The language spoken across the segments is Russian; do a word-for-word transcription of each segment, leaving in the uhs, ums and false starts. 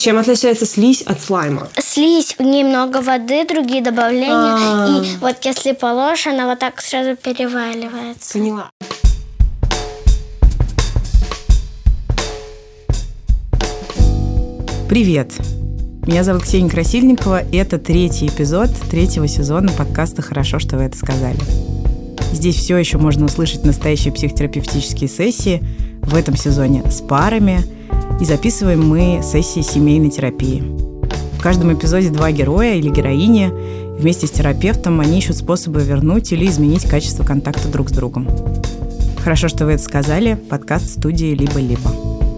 Чем отличается слизь от слайма? Слизь, в ней много воды, другие добавления. А-а-а. И вот если положишь, она вот так сразу переваливается. Поняла. Привет! Меня зовут Ксения Красильникова, и это третий эпизод третьего сезона подкаста «Хорошо, что вы это сказали». Здесь все еще можно услышать настоящие психотерапевтические сессии в этом сезоне с парами, и записываем мы сессии семейной терапии. В каждом эпизоде два героя или героини, вместе с терапевтом они ищут способы вернуть или изменить качество контакта друг с другом. «Хорошо, что вы это сказали» – подкаст студии «Либо-либо».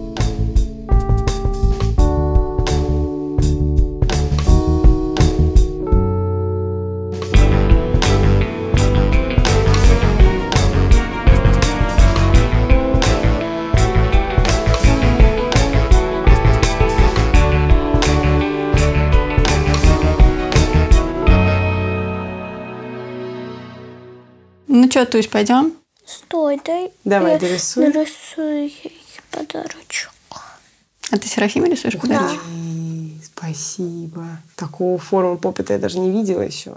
Ну что, Тусь, пойдем? Стой, дай Давай, я дорисуй. нарисую ей подарочек. А ты Серафиме рисуешь подарочек? Ой, спасибо. Такого формы попыта я даже не видела еще.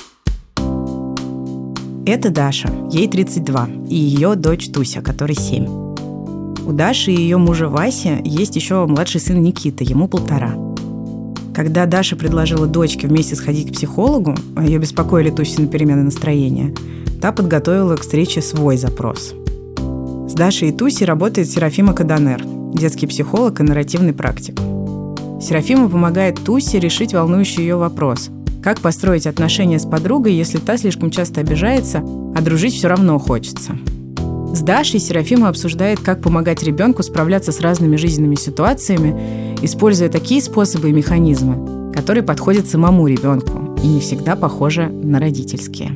Это Даша, ей тридцать два, и ее дочь Туся, которой семь. У Даши и ее мужа Васи есть еще младший сын Никита, ему полтора. Когда Даша предложила дочке вместе сходить к психологу, а ее беспокоили Тусины перемены настроения, та подготовила к встрече свой запрос. С Дашей и Тусей работает Серафима Каданер, детский психолог и нарративный практик. Серафима помогает Тусе решить волнующий ее вопрос: как построить отношения с подругой, если та слишком часто обижается, а дружить все равно хочется. С Дашей Серафима обсуждает, как помогать ребенку справляться с разными жизненными ситуациями, используя такие способы и механизмы, которые подходят самому ребенку и не всегда похожи на родительские.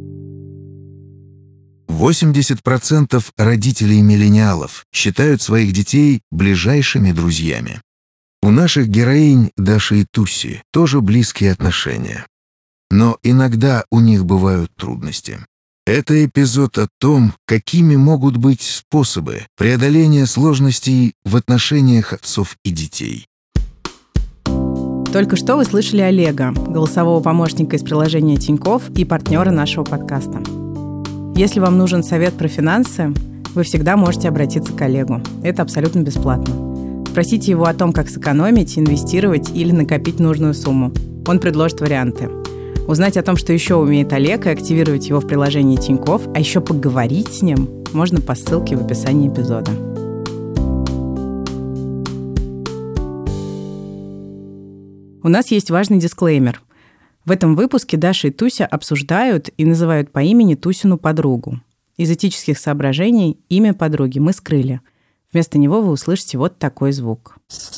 восемьдесят процентов родителей-миллениалов считают своих детей ближайшими друзьями. У наших героинь Даши и Туси тоже близкие отношения. Но иногда у них бывают трудности. Это эпизод о том, какими могут быть способы преодоления сложностей в отношениях отцов и детей. Только что вы слышали Олега, голосового помощника из приложения Тинькофф и партнера нашего подкаста. Если вам нужен совет про финансы, вы всегда можете обратиться к Олегу. Это абсолютно бесплатно. Спросите его о том, как сэкономить, инвестировать или накопить нужную сумму. Он предложит варианты. Узнать о том, что еще умеет Олег, и активировать его в приложении Тинькофф, а еще поговорить с ним, можно по ссылке в описании эпизода. У нас есть важный дисклеймер. В этом выпуске Даша и Туся обсуждают и называют по имени Тусину подругу. Из этических соображений имя подруги мы скрыли. Вместо него вы услышите вот такой звук.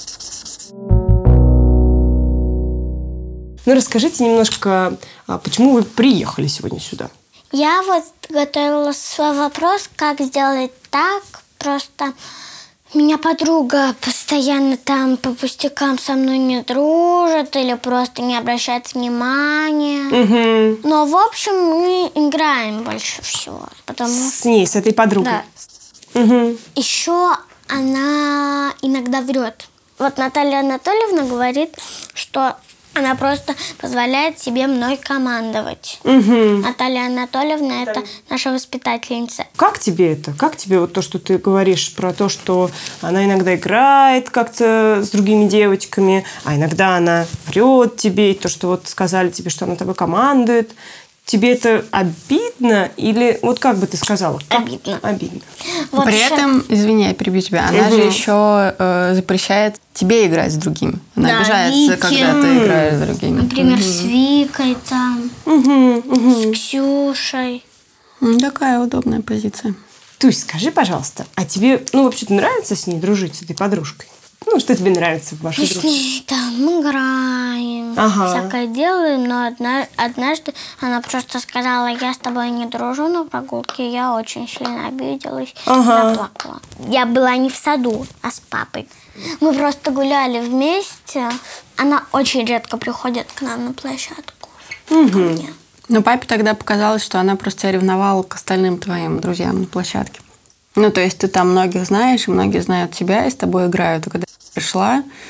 Ну, расскажите немножко, почему вы приехали сегодня сюда? Я вот готовила свой вопрос, как сделать так. Просто меня подруга постоянно там по пустякам со мной не дружит или просто не обращает внимания. Угу. Но, в общем, мы играем больше всего. Потому... С ней, с этой подругой? Да. Угу. Еще она иногда врет. Вот Наталья Анатольевна говорит, что она просто позволяет себе мной командовать. Угу. Наталья Анатольевна – это наша воспитательница. Как тебе это? Как тебе вот то, что ты говоришь про то, что она иногда играет как-то с другими девочками, а иногда она врет тебе, и то, что вот сказали тебе, что она тобой командует. Тебе это обидно или вот как бы ты сказала? Как? Обидно. Обидно. Вот При еще... этом, извини, я перебью тебя, она Угу. же еще э, запрещает тебе играть с другими. Она Да, обижается, Вики. когда ты играешь с другими. Например, Угу. с Викой там, Угу, угу. с Ксюшей. М, Такая удобная позиция. Тусь, скажи, пожалуйста, а тебе, ну, вообще-то нравится с ней дружить, с этой подружкой? Ну, что тебе нравится в вашей Мы с дружбе? ней там играем, Ага. всякое делаем, но одна, однажды она просто сказала: я с тобой не дружу на прогулке. Я очень сильно обиделась, Ага. заплакала. Я была не в саду, а с папой. Мы просто гуляли вместе. Она очень редко приходит к нам на площадку. Угу. Ко мне. Но папе тогда показалось, что она просто тебя ревновала к остальным твоим друзьям на площадке. Ну, то есть ты там многих знаешь, и многие знают тебя, и с тобой играют. И когда я пришла,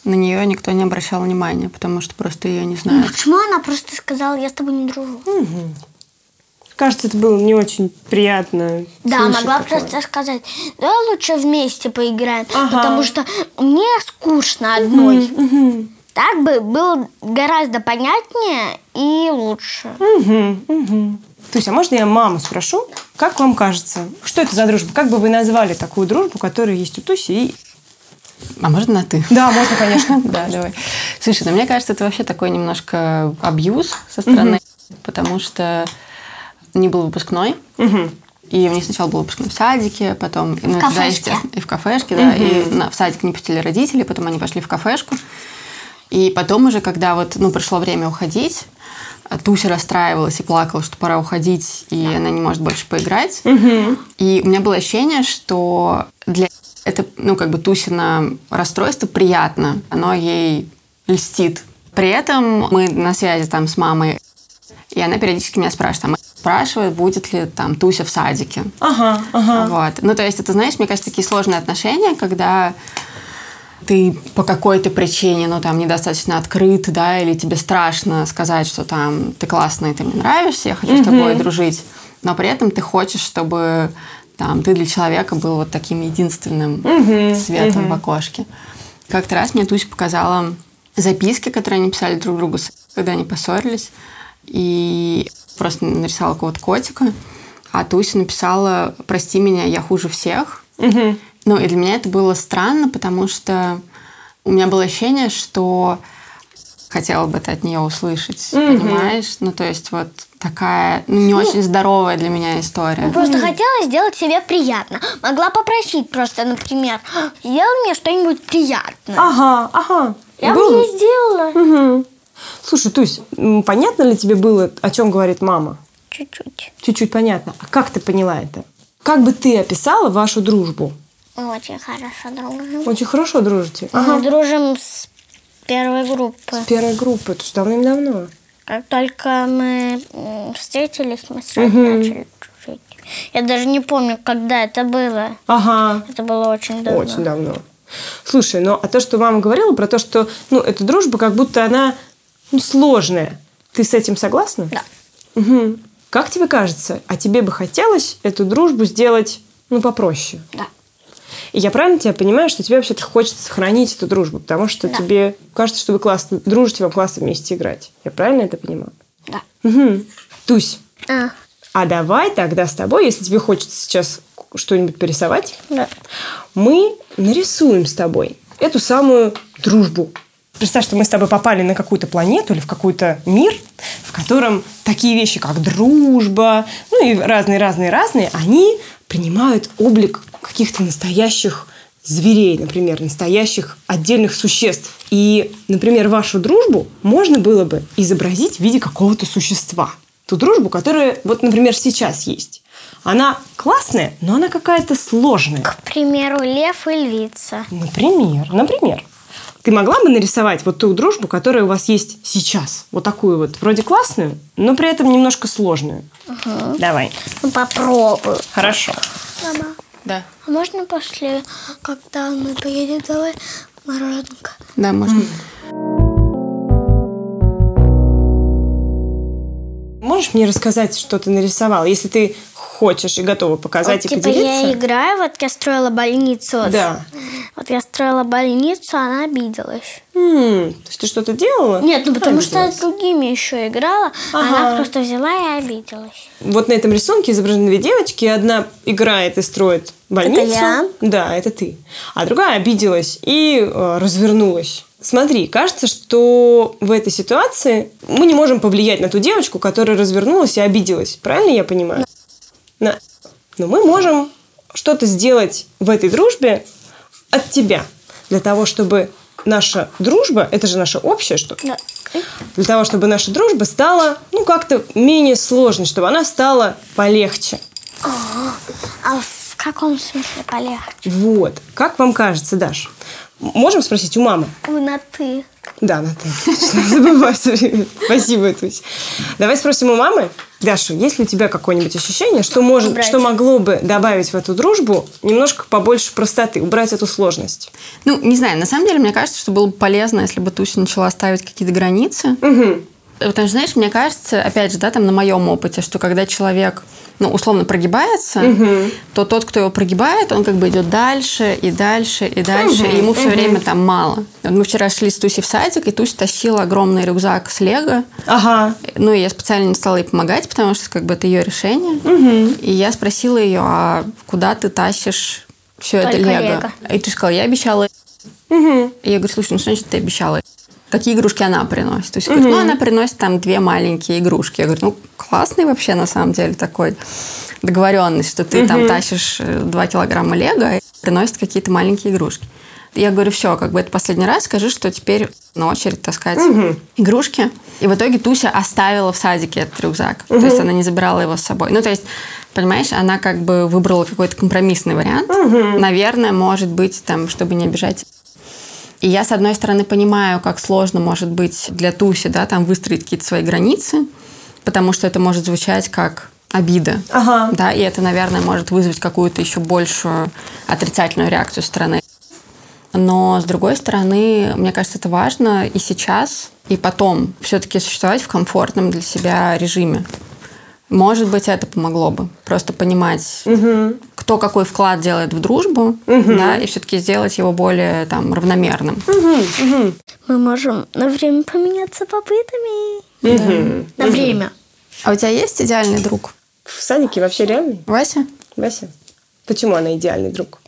на нее никто не обращал внимания, потому что просто ее не знают. Ну, почему она просто сказала, я с тобой не дружу? Угу. Кажется, это было не очень приятно. Да, могла такое. просто сказать, давай лучше вместе поиграем, Ага. потому что мне скучно одной. Угу, угу. Так бы было гораздо понятнее и лучше. Угу, угу. Туся, а можно я маму спрошу? Как вам кажется, что это за дружба? Как бы вы назвали такую дружбу, которая есть у Туси? И... А можно на «ты»? Да, можно, конечно. Да, давай. Слушай, ну мне кажется, это вообще такой немножко абьюз со стороны, потому что не был выпускной, Угу. и у них сначала был выпускной в садике, потом ну, В туда, кафешке. естественно, и в кафешке, да, и на- в садик не пустили родители, потом они пошли в кафешку. И потом уже, когда вот, ну, пришло время уходить, Туся расстраивалась и плакала, что пора уходить, и она не может больше поиграть. И у меня было ощущение, что для это, ну, как бы Тусина расстройство приятно, оно ей льстит. При этом мы на связи там с мамой, и она периодически меня спрашивает, там, спрашивает, будет ли там Туся в садике. Ага, ага. Вот. Ну, то есть, это, знаешь, мне кажется, такие сложные отношения, когда ты по какой-то причине, ну, там, недостаточно открыт, да, или тебе страшно сказать, что там ты классный, ты мне нравишься, я хочу с тобой дружить, но при этом ты хочешь, чтобы там ты для человека был вот таким единственным светом в окошке. Как-то раз мне Туся показала записки, которые они писали друг другу, когда они поссорились, и просто нарисовала какого-то котика, а Туся написала «Прости меня, я хуже всех». Ну, и для меня это было странно, потому что у меня было ощущение, что хотела бы это от нее услышать, mm-hmm. понимаешь? Ну, то есть вот такая, ну, не ну, очень здоровая для меня история. Просто mm-hmm. хотела сделать себе приятно. Могла попросить просто, например, сделай мне что-нибудь приятное. Ага, ага. Я бы ей сделала. Угу. Слушай, Тусь, понятно ли тебе было, о чем говорит мама? Чуть-чуть. Чуть-чуть понятно. А как ты поняла это? Как бы ты описала вашу дружбу? Очень хорошо дружим. Очень хорошо дружите? Мы Ага. дружим с первой группы. С первой группы, это же давным-давно. Как только мы встретились, мы сразу угу. начали дружить. Я даже не помню, когда это было. Ага. Это было очень давно. Очень давно. Слушай, ну а то, что мама говорила про то, что ну, эта дружба, как будто она ну, сложная. Ты с этим согласна? Да. Угу. Как тебе кажется, а тебе бы хотелось эту дружбу сделать ну, попроще? Да. И я правильно тебя понимаю, что тебе вообще-то хочется сохранить эту дружбу, потому что да. тебе кажется, что вы классно дружите, вам классно вместе играть. Я правильно это понимаю? Да. Угу. Тусь, а. а давай тогда с тобой, если тебе хочется сейчас что-нибудь порисовать, да. мы нарисуем с тобой эту самую дружбу. Представь, что мы с тобой попали на какую-то планету или в какой-то мир, в котором такие вещи, как дружба, ну и разные-разные-разные, они принимают облик каких-то настоящих зверей, например, настоящих отдельных существ. И, например, вашу дружбу можно было бы изобразить в виде какого-то существа. Ту дружбу, которая, вот, например, сейчас есть. Она классная, но она какая-то сложная. К примеру, лев и львица. Например, например. Ты могла бы нарисовать вот ту дружбу, которая у вас есть сейчас? Вот такую вот, вроде классную, но при этом немножко сложную. Угу. Давай. Ну, попробую. Хорошо. Мама, да. А можно после, когда мы поедем домой, мороженка? Да, можно. Можешь мне рассказать, что ты нарисовала, если ты хочешь и готова показать вот, и типа поделиться? Я играю, вот я строила больницу. Да. Вот я строила больницу, она обиделась. М-м, то есть ты что-то делала? Нет, ну потому обиделась. что я с другими еще играла, Ага. она просто взяла и обиделась. Вот на этом рисунке изображены две девочки, одна играет и строит больницу. Это я. Да, это ты. А другая обиделась и э, развернулась. Смотри, кажется, что в этой ситуации мы не можем повлиять на ту девочку, которая развернулась и обиделась. Правильно я понимаю? Да. Но мы можем что-то сделать в этой дружбе от тебя. Для того, чтобы наша дружба, это же наша общая штука, Да. для того, чтобы наша дружба стала, ну, как-то менее сложной, чтобы она стала полегче. А в каком смысле полегче? Вот. Как вам кажется, Даш, Можем спросить у мамы? На «ты». Да, на «ты». Забываю все время. Спасибо, Тусь. Давай спросим у мамы. Даша, есть ли у тебя какое-нибудь ощущение, что, может, что могло бы добавить в эту дружбу немножко побольше простоты, убрать эту сложность? Ну, не знаю, на самом деле, мне кажется, что было бы полезно, если бы Туся начала ставить какие-то границы. Угу. Потому что, знаешь, мне кажется, опять же, да, там на моем опыте, что когда человек, ну, условно прогибается, угу. то тот, кто его прогибает, он как бы идет дальше и дальше и дальше, угу. и ему все угу. время там мало. Вот мы вчера шли с Тусей в садик, и Туся тащила огромный рюкзак с Лего. Ага. Ну, и я специально не стала ей помогать, потому что как бы это ее решение. Угу. И я спросила ее, а куда ты тащишь все это Лего? Лего? И Туся сказала, я обещала. Угу. И я говорю, слушай, ну что значит ты обещала? Какие игрушки она приносит? То есть, говорит, угу. ну, она приносит там две маленькие игрушки. Я говорю, ну, классный вообще, на самом деле, такой договоренность, что ты угу. там тащишь два килограмма Лего и приносит какие-то маленькие игрушки. Я говорю, все, как бы это последний раз, скажи, что теперь на очередь таскать угу. игрушки. И в итоге Туся оставила в садике этот рюкзак. Угу. То есть, она не забирала его с собой. Ну, то есть, понимаешь, она как бы выбрала какой-то компромиссный вариант. Угу. Наверное, может быть, там, чтобы не обижать. И я, с одной стороны, понимаю, как сложно может быть для Туси, да, там выстроить какие-то свои границы, потому что это может звучать как обида. Ага. Да, и это, наверное, может вызвать какую-то еще большую отрицательную реакцию со стороны. Но, с другой стороны, мне кажется, это важно и сейчас, и потом все-таки существовать в комфортном для себя режиме. Может быть, это помогло бы. Просто понимать, угу. кто какой вклад делает в дружбу, угу. да, и все-таки сделать его более там, равномерным. Угу. Угу. Мы можем на время поменяться попытами. Угу. Да. На время. А у тебя есть идеальный друг? В садике вообще реальный? Вася? Вася. Почему она идеальный друг?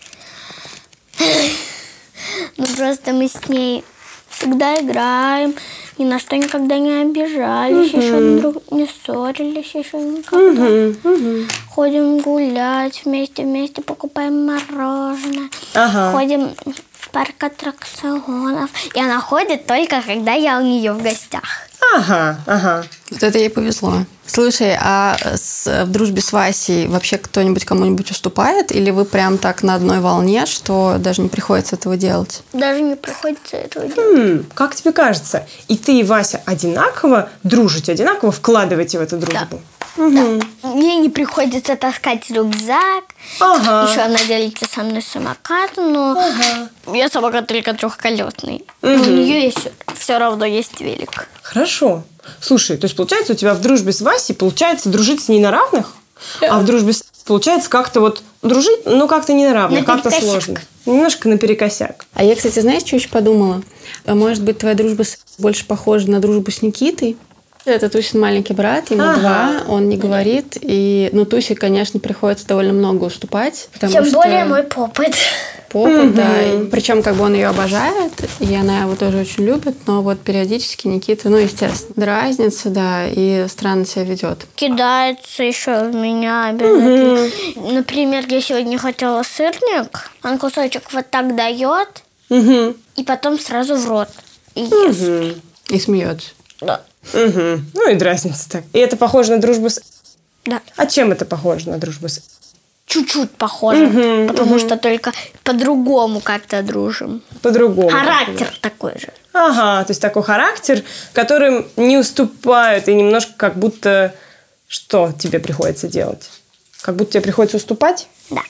Ну, просто мы с ней всегда играем, ни на что никогда не обижались, угу. еще друг не ссорились, еще никогда. Угу. Угу. Ходим гулять вместе, вместе покупаем мороженое, ага. ходим в парк аттракционов. И она ходит только, когда я у нее в гостях. Ага, ага. Вот это ей повезло. Слушай, а с, в дружбе с Васей вообще кто-нибудь кому-нибудь уступает? Или вы прям так на одной волне, что даже не приходится этого делать? Даже не приходится этого делать. М-м, как тебе кажется, и ты, и Вася одинаково дружите, одинаково вкладываете в эту дружбу? Да. Угу. Да. Мне не приходится таскать рюкзак. Ага. Еще она делится со мной самокатом, но ага. я самокат только трехколесный. Угу. Но у нее есть, все равно есть велик. Хорошо. Слушай, то есть, получается, у тебя в дружбе с Васей получается дружить с ней на равных, да. а в дружбе с... получается как-то вот дружить, но как-то не на равных, как-то сложно. Немножко наперекосяк. А я, кстати, знаешь, что еще подумала? Может быть, твоя дружба с... больше похожа на дружбу с Никитой? Это Тусин маленький брат, ему ага. два, он не говорит. И, ну, Тусе, конечно, приходится довольно много уступать. Тем что... более мой попыт. Попыт, угу. да. И, причем, как бы он ее обожает, и она его тоже очень любит, но вот периодически Никита, ну, естественно, дразнится, да, и странно себя ведет. Кидается еще в меня обязательно. Угу. Например, я сегодня хотела сырник, он кусочек вот так дает, угу. и потом сразу в рот и ест. Угу. И смеется. Да. Угу. Ну и дразнится так. И это похоже на дружбу с... Да. А чем это похоже на дружбу с... Чуть-чуть похоже, угу, потому угу. что только по-другому как-то дружим. По-другому. Характер такой же. Ага, то есть такой характер, которым не уступают, и немножко как будто... Что тебе приходится делать? Как будто тебе приходится уступать? Да.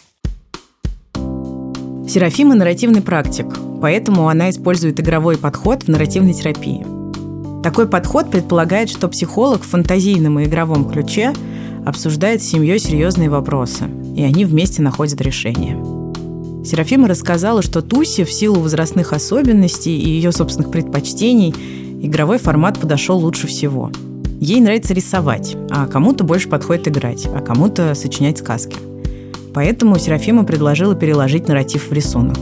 Серафима – нарративный практик, поэтому она использует игровой подход в нарративной терапии. Такой подход предполагает, что психолог в фантазийном и игровом ключе обсуждает с семьей серьезные вопросы, и они вместе находят решение. Серафима рассказала, что Тусе в силу возрастных особенностей и ее собственных предпочтений игровой формат подошел лучше всего. Ей нравится рисовать, а кому-то больше подходит играть, а кому-то сочинять сказки. Поэтому Серафима предложила переложить нарратив в рисунок.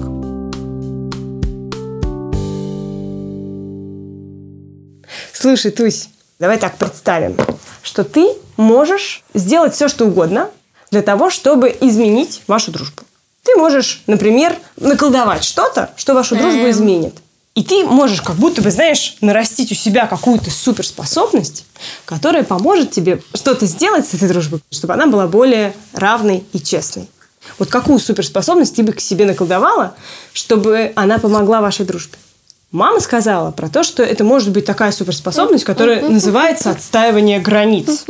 Слушай, Тусь, давай так представим, что ты можешь сделать все, что угодно для того, чтобы изменить вашу дружбу. Ты можешь, например, наколдовать что-то, что вашу дружбу изменит. И ты можешь как будто бы, знаешь, нарастить у себя какую-то суперспособность, которая поможет тебе что-то сделать с этой дружбой, чтобы она была более равной и честной. Вот какую суперспособность ты бы к себе наколдовала, чтобы она помогла вашей дружбе? Мама сказала про то, что это может быть такая суперспособность, которая называется отстаивание границ.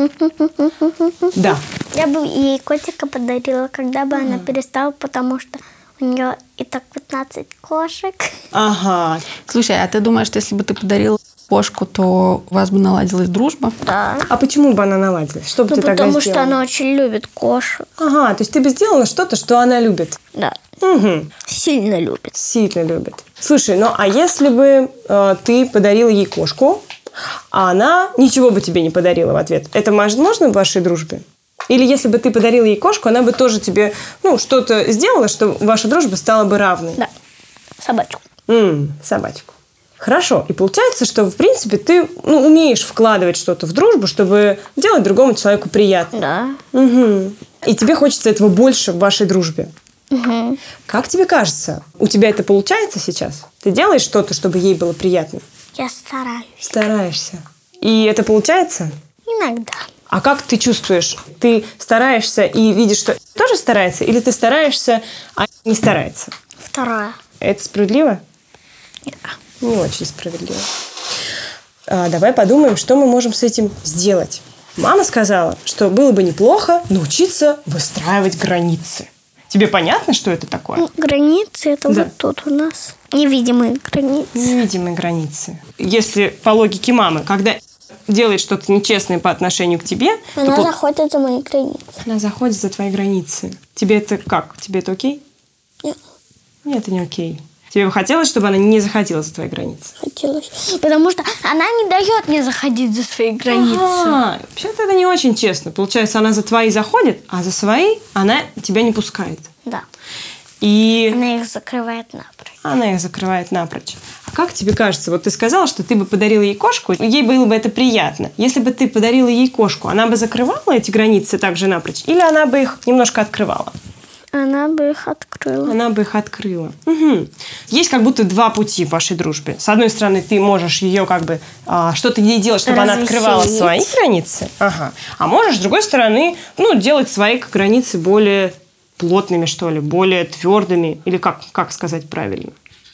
Да. Я бы ей котика подарила, когда бы она перестала, потому что у нее и так пятнадцать кошек. Ага. Слушай, а ты думаешь, что если бы ты подарил кошку, то у вас бы наладилась дружба? Да. А почему бы она наладилась? Что бы Ну, ты тогда потому сделала? что она очень любит кошек. Ага, то есть ты бы сделала что-то, что она любит. Да. Угу. Сильно любит. Сильно любит. Слушай, ну а если бы э, ты подарила ей кошку, а она ничего бы тебе не подарила в ответ, это возможно в вашей дружбе? Или если бы ты подарила ей кошку, она бы тоже тебе, ну, что-то сделала, что ваша дружба стала бы равной? Да. Собачку. М, собачку. Хорошо. И получается, что, в принципе, ты ну, умеешь вкладывать что-то в дружбу, чтобы делать другому человеку приятно. Да. Угу. И тебе хочется этого больше в вашей дружбе. Угу. Как тебе кажется, у тебя это получается сейчас? Ты делаешь что-то, чтобы ей было приятно? Я стараюсь. Стараешься. И это получается? Иногда. А как ты чувствуешь? Ты стараешься и видишь, что тоже старается? Или ты стараешься, а не старается? Второе. Это справедливо? Нет. Не очень справедливо. А, давай подумаем, что мы можем с этим сделать. Мама сказала, что было бы неплохо научиться выстраивать границы. Тебе понятно, что это такое? Ну, границы это Да. вот тут у нас. Невидимые границы. Невидимые границы. Если по логике мамы, когда делает что-то нечестное по отношению к тебе, Она то заходит за мои границы. она заходит за твои границы. Тебе это как? Тебе это окей? Нет. Нет, это не окей. Тебе бы хотелось, чтобы она не заходила за твои границы? Хотелось. Потому что она не дает мне заходить за свои границы. Ага. Вообще-то это не очень честно. Получается, она за твои заходит, а за свои она тебя не пускает. Да. И Она их закрывает напрочь. она их закрывает напрочь. А как тебе кажется, вот ты сказала, что ты бы подарила ей кошку, ей было бы это приятно. Если бы ты подарила ей кошку, она бы закрывала эти границы также напрочь? Или она бы их немножко открывала? Она бы их открыла. Она бы их открыла. Угу. Есть как будто два пути в вашей дружбе. С одной стороны, ты можешь ее как бы а, что-то ей делать, чтобы она открывала Развеселить. свои границы. Ага. А можешь, с другой стороны, ну, делать свои границы более плотными, что ли, более твердыми. Или как, как сказать правильно?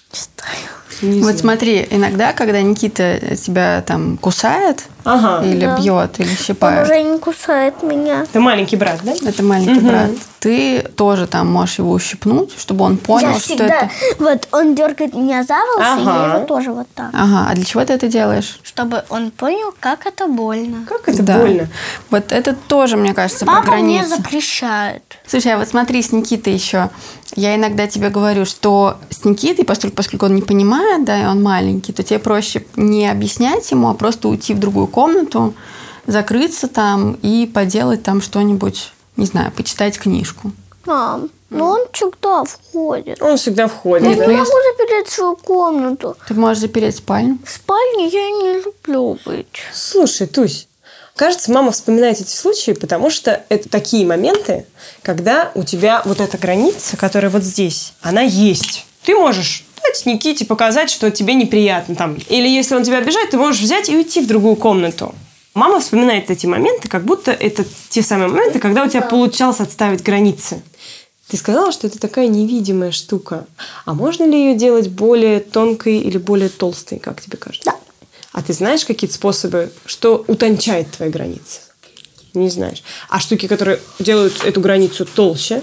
Не Вот знаю. смотри, иногда, когда Никита тебя там кусает, Ага. или Да. бьет, или Он щипает, уже не кусает меня. Это маленький брат, да? это маленький брат, ты тоже там можешь его ущипнуть, чтобы он понял, я что всегда... это... Вот он дергает меня за волосы, и я Ага. его тоже вот так. Ага, а для чего ты это делаешь? Чтобы он понял, как это больно. Как это Да. больно. Вот это тоже, мне кажется, про Папа мне границы. запрещает. Слушай, а вот смотри, с Никитой еще. Я иногда тебе говорю, что с Никитой, поскольку, поскольку он не понимает, да, и он маленький, то тебе проще не объяснять ему, а просто уйти в другую комнату, закрыться там и поделать там что-нибудь, не знаю, почитать книжку. Мам, ну он всегда входит. Он всегда Я входит. не да? могу запереть свою комнату. Ты можешь запереть спальню. В спальне я не люблю быть. Слушай, Тусь, кажется, мама вспоминает эти случаи, потому что это такие моменты, когда у тебя вот эта граница, которая вот здесь, она есть. Ты можешь дать Никите показать, что тебе неприятно там. Или если он тебя обижает, ты можешь взять и уйти в другую комнату. Мама вспоминает эти моменты, как будто это те самые моменты, когда у тебя получалось отставить границы. Ты сказала, что это такая невидимая штука. А можно ли ее делать более тонкой или более толстой, как тебе кажется? Да. А ты знаешь какие-то способы, что утончает твои границы? Не знаешь. А штуки, которые делают эту границу толще,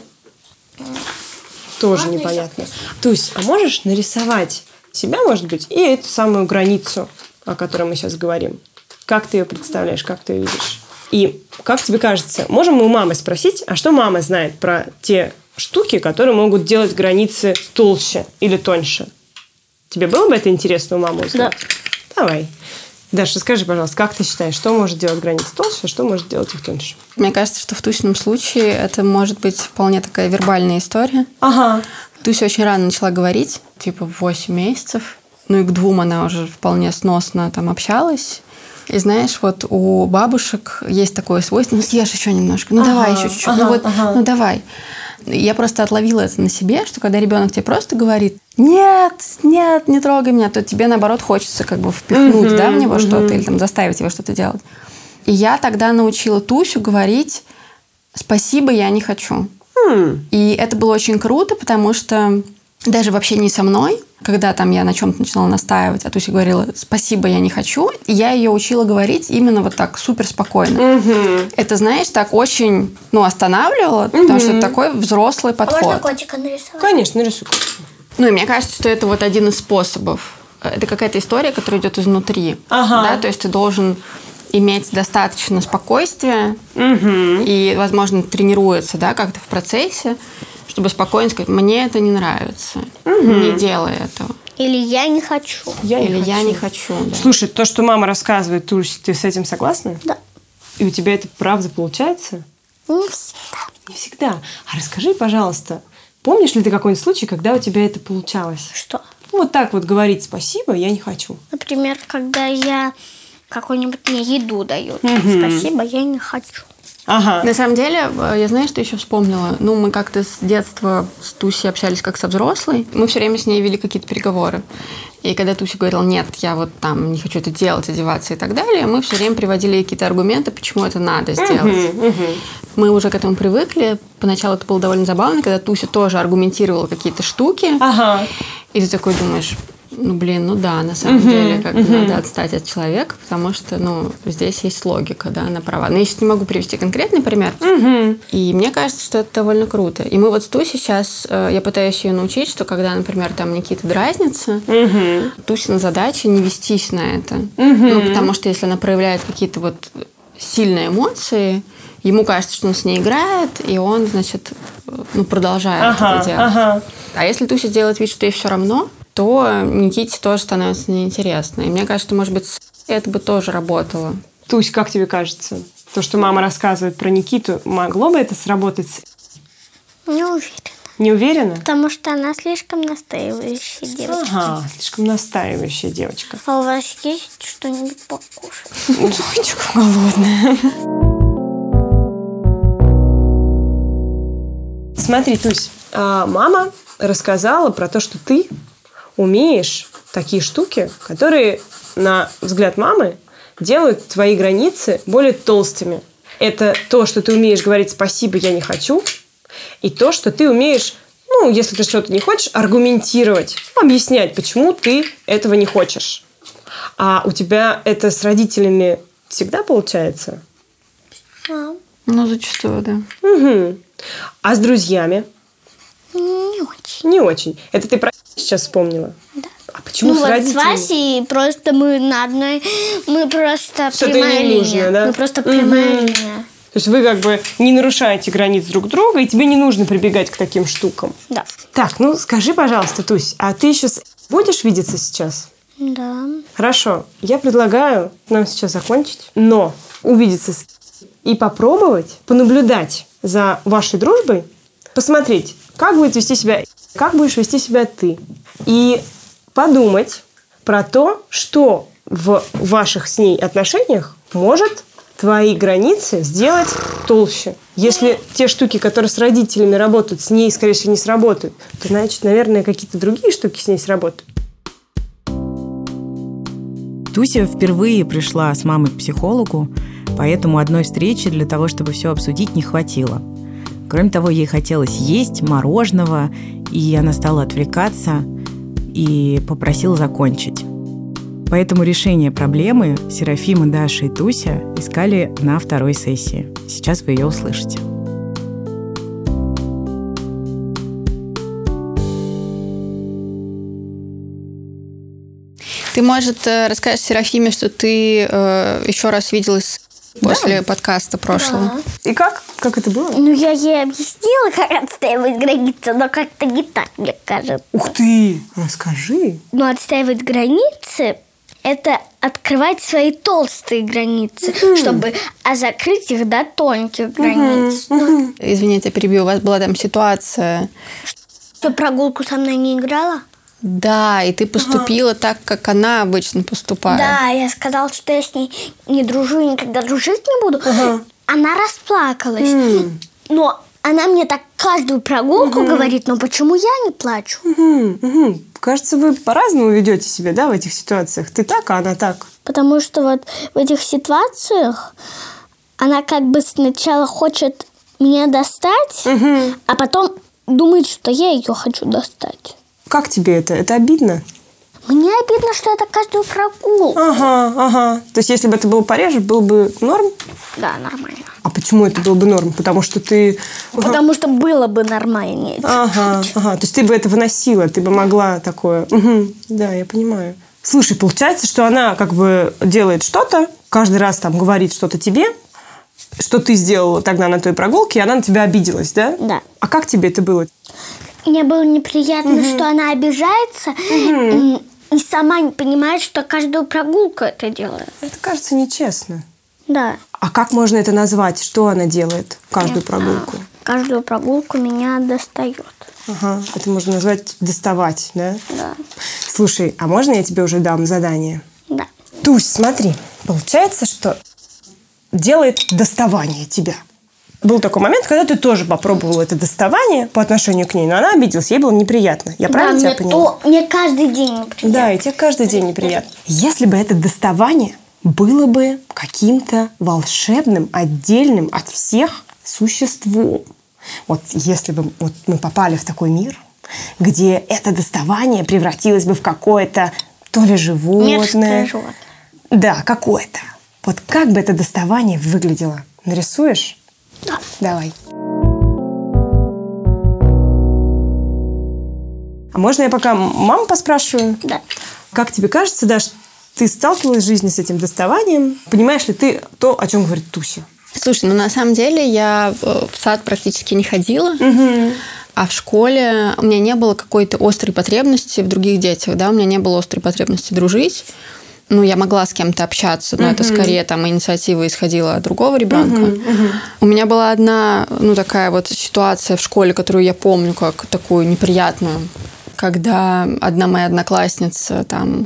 тоже непонятно. Тусь, а можешь нарисовать себя, может быть, и эту самую границу, о которой мы сейчас говорим? Как ты ее представляешь, как ты ее видишь? И как тебе кажется, можем мы у мамы спросить, а что мама знает про те штуки, которые могут делать границы толще или тоньше? Тебе было бы это интересно у мамы узнать? Да. Давай. Даша, скажи, пожалуйста, как ты считаешь, что может делать границы толще, а что может делать их тоньше? Мне кажется, что в Тусином случае это может быть вполне такая вербальная история. Ага. Туся очень рано начала говорить, типа в восемь месяцев. Ну и к двум она уже вполне сносно там общалась. И знаешь, вот у бабушек есть такое свойство, ну съешь еще немножко, ну Ага, давай еще чуть-чуть, ага, ну вот, ага. ну давай. Я просто отловила это на себе, что когда ребенок тебе просто говорит, нет, нет, не трогай меня, то тебе наоборот хочется как бы впихнуть, Мгм, да, в него мгм. что-то или там заставить его что-то делать. И я тогда научила Тусю говорить, спасибо, я не хочу. Хм. И это было очень круто, потому что даже в общении со мной, когда там я на чем-то начинала настаивать, а Туся говорила «спасибо, я не хочу», и я ее учила говорить именно вот так супер спокойно. Угу. Это, знаешь, так очень, ну, останавливало, угу. потому что это такой взрослый подход. А можно котика нарисовать? Конечно, нарисуй. Ну, и мне кажется, что это вот один из способов. Это какая-то история, которая идет изнутри. Ага. Да? То есть ты должен иметь достаточно спокойствия Угу. и, возможно, тренируется, да, как-то в процессе, чтобы спокойно сказать, мне это не нравится, угу. не делай этого. Или я не хочу. Я Или не я хочу. не хочу. Да. Слушай, то, что мама рассказывает, Тусь, ты с этим согласна? Да. И у тебя это правда получается? Не всегда. Не всегда. А расскажи, пожалуйста, помнишь ли ты какой-нибудь случай, когда у тебя это получалось? Что? Вот так вот говорить «спасибо, я не хочу». Например, когда я какую-нибудь мне еду дают. Угу. Спасибо, я не хочу. Ага. На самом деле, я знаю, что еще вспомнила. Ну, мы как-то с детства с Тусей общались как со взрослой. Мы все время с ней вели какие-то переговоры. И когда Туся говорила, нет, я вот там не хочу это делать, одеваться и так далее, мы все время приводили какие-то аргументы, почему это надо сделать. Угу, угу. Мы уже к этому привыкли. Поначалу это было довольно забавно, когда Туся тоже аргументировала какие-то штуки. Ага. И ты такой думаешь, ну, блин, ну да, на самом Угу, деле, как бы угу. надо отстать от человека, потому что, ну, здесь есть логика, да, она права. Но я сейчас не могу привести конкретный пример. Угу. И мне кажется, что это довольно круто. И мы вот с Тусей сейчас, я пытаюсь ее научить, что когда, например, там Никита дразнится, Угу. Тусина задача не вестись на это. Угу. Ну, потому что если она проявляет какие-то вот сильные эмоции, ему кажется, что он с ней играет, и он, значит, ну, продолжает Ага, это делать. ага. А если Туся сделает вид, что ей все равно, то Никите тоже становится неинтересно. И мне кажется, что, может быть, это бы тоже работало. Тусь, как тебе кажется? То, что мама рассказывает про Никиту, могло бы это сработать? Не уверена. Не уверена? Потому что она слишком настаивающая девочка. Ага, слишком настаивающая девочка. А у вас есть что-нибудь покушать? Ой, чё, голодная. Смотри, Тусь, а мама рассказала про то, что ты умеешь такие штуки, которые, на взгляд мамы, делают твои границы более толстыми. Это то, что ты умеешь говорить «спасибо, я не хочу», и то, что ты умеешь, ну, если ты что-то не хочешь, аргументировать, объяснять, почему ты этого не хочешь. А у тебя это с родителями всегда получается? А, Ну, зачастую, да. Угу. А с друзьями? не очень. Не очень. Это ты про сейчас вспомнила? Да. А почему Ну с вот с родителями? Васей просто мы на одной... Мы просто Что-то прямая не нужно, линия. да? Мы просто прямая Мгм. линия. То есть вы как бы не нарушаете границ друг друга, и тебе не нужно прибегать к таким штукам. Да. Так, ну скажи, пожалуйста, Тусь, а ты еще с- будешь видеться сейчас? Да. Хорошо, я предлагаю нам сейчас закончить, но увидеться с- и попробовать понаблюдать за вашей дружбой, посмотреть, как будет вести себя, как будешь вести себя ты, и подумать про то, что в ваших с ней отношениях может твои границы сделать толще. Если те штуки, которые с родителями работают, с ней, скорее всего, не сработают, то, значит, наверное, какие-то другие штуки с ней сработают. Туся впервые пришла с мамой к психологу, поэтому одной встречи для того, чтобы все обсудить, не хватило. Кроме того, ей хотелось есть, мороженого, и она стала отвлекаться и попросила закончить. Поэтому решение проблемы Серафима, Даша и Туся искали на второй сессии. Сейчас вы ее услышите. Ты, может, э, расскажешь Серафиме, что ты э, еще раз виделась после подкаста прошлого? Да. И как? Как это было? Ну, я ей объяснила, как отстаивать границы, но как-то не так, мне кажется. Ух ты! Расскажи. Но отстаивать границы – это открывать свои толстые границы, чтобы а закрыть их до тонких границ. Ну, Извините, я перебью. У вас была там ситуация. ты прогулку со мной не играла? Да, и ты поступила так, как она обычно поступает. Да, я сказала, что я с ней не дружу и никогда дружить не буду. Она расплакалась. Но она мне так каждую прогулку говорит, но почему я не плачу? Мгм, мгм. Кажется, вы по-разному ведете себя, да, в этих ситуациях. Ты так, а она так. Потому что вот в этих ситуациях она как бы сначала хочет меня достать, Угу. а потом думает, что я ее хочу достать. Как тебе это? Это обидно? Мне обидно, что это каждую прогулку. Ага, ага. То есть, если бы это было пореже, был бы норм? Да, нормально. А почему это было бы норм? Потому что ты... Потому что было бы нормальнее. Ага, ага. То есть ты бы это выносила, ты бы могла такое... Угу. Да, я понимаю. Слушай, получается, что она как бы делает что-то, каждый раз там говорит что-то тебе, что ты сделала тогда на той прогулке, и она на тебя обиделась, да? Да. А как тебе это было? Мне было неприятно, Мгм. что она обижается Мгм. и, и сама не понимает, что каждую прогулку это делает. Это кажется нечестно. Да. А как можно это назвать? Что она делает каждую прогулку? Каждую прогулку меня достает. Ага, это можно назвать доставать, да? Да. Слушай, а можно я тебе уже дам задание? Да. Тусь, смотри, получается, что делает доставание тебя. Был такой момент, когда ты тоже попробовала это доставание по отношению к ней, но она обиделась, ей было неприятно. Я правильно да, тебя мне, поняла? то, мне каждый день неприятно. Да, и тебе каждый день неприятно. Если бы это доставание было бы каким-то волшебным, отдельным от всех существом. Вот если бы вот мы попали в такой мир, где это доставание превратилось бы в какое-то то ли животное. Мерзкое животное. Да, какое-то. Вот как бы это доставание выглядело? Нарисуешь? Да. Давай. А можно я пока маму поспрашиваю? Да. Как тебе кажется, Даш, ты сталкивалась в жизни с этим доставанием? Понимаешь ли ты то, о чем говорит Туся? Слушай, ну на самом деле я в сад практически не ходила, Угу. а в школе у меня не было какой-то острой потребности в других детях, да, у меня не было острой потребности дружить. Ну, я могла с кем-то общаться, но uh-huh. это скорее там инициатива исходила от другого ребенка. Uh-huh. Uh-huh. У меня была одна, ну, такая вот ситуация в школе, которую я помню как такую неприятную, когда одна моя одноклассница там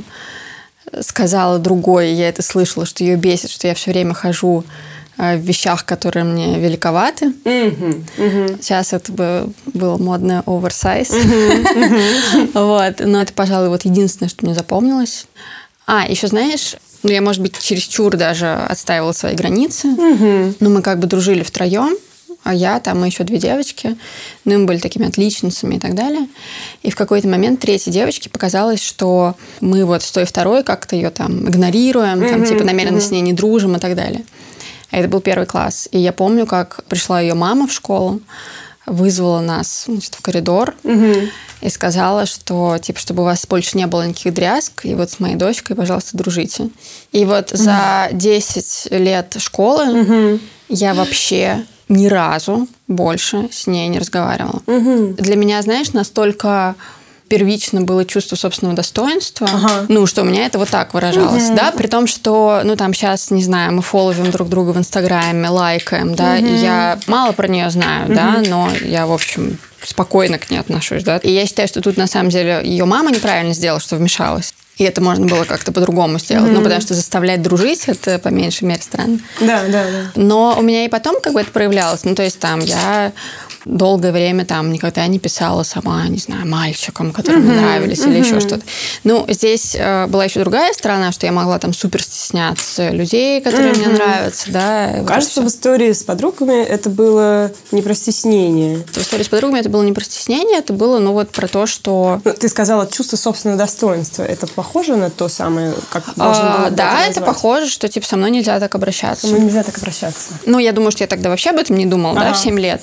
сказала другой, я это слышала, что ее бесит, что я все время хожу в вещах, которые мне великоваты. Uh-huh. Uh-huh. Сейчас это бы было модное оверсайз. Uh-huh. Uh-huh. Вот. Но это, пожалуй, вот единственное, что мне запомнилось. А, еще знаешь, ну я, может быть, чересчур даже отстаивала свои границы. Угу. Но мы как бы дружили втроем, а я, там и еще две девочки. Ну, и мы были такими отличницами и так далее. И в какой-то момент третьей девочке показалось, что мы вот с той второй как-то ее там игнорируем, угу. там типа намеренно угу. с ней не дружим и так далее. А это был первый класс. И я помню, как пришла ее мама в школу, вызвала нас, значит, в коридор угу. и сказала, что, типа, чтобы у вас больше не было никаких дрязг, и вот с моей дочкой, пожалуйста, дружите. И вот угу. за десять лет школы угу. я вообще ни разу больше с ней не разговаривала. Угу. Для меня, знаешь, настолько первично было чувство собственного достоинства, ага. ну, что у меня это вот так выражалось, угу. да, при том, что, ну, там сейчас, не знаю, мы фолловим друг друга в Инстаграме, лайкаем, да, угу. и я мало про нее знаю, угу. да, но я, в общем, спокойно к ней отношусь, да, и я считаю, что тут, на самом деле, ее мама неправильно сделала, что вмешалась. И это можно было как-то по-другому сделать. Mm-hmm. Ну, потому что заставлять дружить, это по меньшей мере странно. Да, да, да. Но у меня и потом как бы это проявлялось. Ну, то есть там я долгое время там никогда не писала сама, не знаю, мальчикам, которые mm-hmm. мне нравились mm-hmm. или еще что-то. Ну, здесь э, была еще другая сторона, что я могла там супер стесняться людей, которые mm-hmm. мне нравятся, да. Кажется, вот в истории с подругами это было не про стеснение. В истории с подругами это было не про стеснение, это было, ну, вот про то, что... Ну, ты сказала чувство собственного достоинства. Это похоже на то самое, как можно было а, Да, это назвать? похоже, что типа со мной нельзя так обращаться. Со мной нельзя так обращаться. Ну, я думаю, что я тогда вообще об этом не думала, ага. да, в семь лет.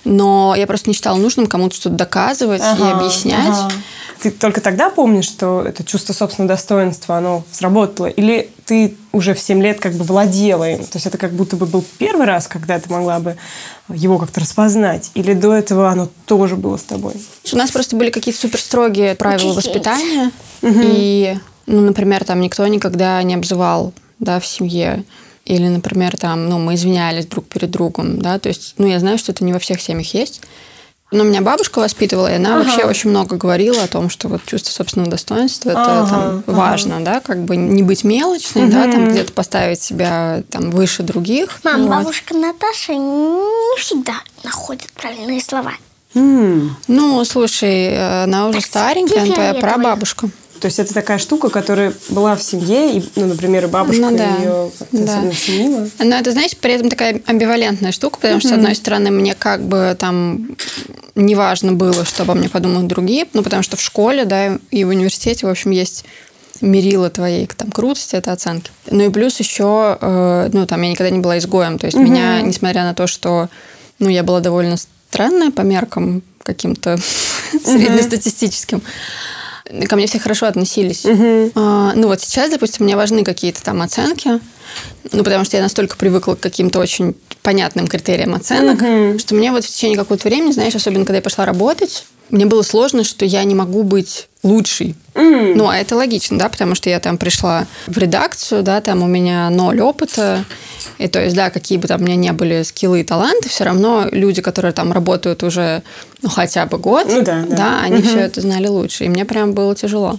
Но я просто не считала нужным кому-то что-то доказывать ага, и объяснять. Ага. Ты только тогда помнишь, что это чувство собственного достоинства, оно сработало? Или ты уже в семь лет как бы владела им? То есть это как будто бы был первый раз, когда ты могла бы его как-то распознать? Или до этого оно тоже было с тобой? У нас просто были какие-то суперстрогие правила Учитель. воспитания. Угу. И, ну, например, там никто никогда не обзывал, да, в семье. Или, например, там, ну, мы извинялись друг перед другом, да. То есть, ну, я знаю, что это не во всех семьях есть. Но меня бабушка воспитывала, и она ага. вообще очень много говорила о том, что вот чувство собственного достоинства это ага, там, ага. важно, да, как бы не быть мелочной, угу. да, там где-то поставить себя там выше других. Мам, вот. Бабушка Наташа не всегда находит правильные слова. Mm. Ну, слушай, она уже Так, старенькая, она твоя прабабушка. То есть это такая штука, которая была в семье, и, ну, например, и бабушка Ну да. ее как-то Да. особенно ценила. Но это, знаешь, при этом такая амбивалентная штука, потому что, с одной стороны, мне как бы там неважно было, что обо мне подумают другие, ну, потому что в школе, да, и в университете, в общем, есть мерило твоей там крутости, это оценки. Ну и плюс еще, э, ну, там, я никогда не была изгоем, то есть Мгм. меня, несмотря на то, что, ну, я была довольно странная по меркам каким-то среднестатистическим, ко мне все хорошо относились. А, ну вот сейчас, допустим, мне важны какие-то там оценки, ну потому что я настолько привыкла к каким-то очень понятным критериям оценок, что мне вот в течение какого-то времени, знаешь, особенно когда я пошла работать, мне было сложно, что я не могу быть лучшей. Ну, а это логично, да, потому что я там пришла в редакцию, да, там у меня ноль опыта, и то есть, да, какие бы там у меня не были скиллы и таланты, все равно люди, которые там работают уже, ну, хотя бы год, Ну да, да. они все это знали лучше, и мне прям было тяжело.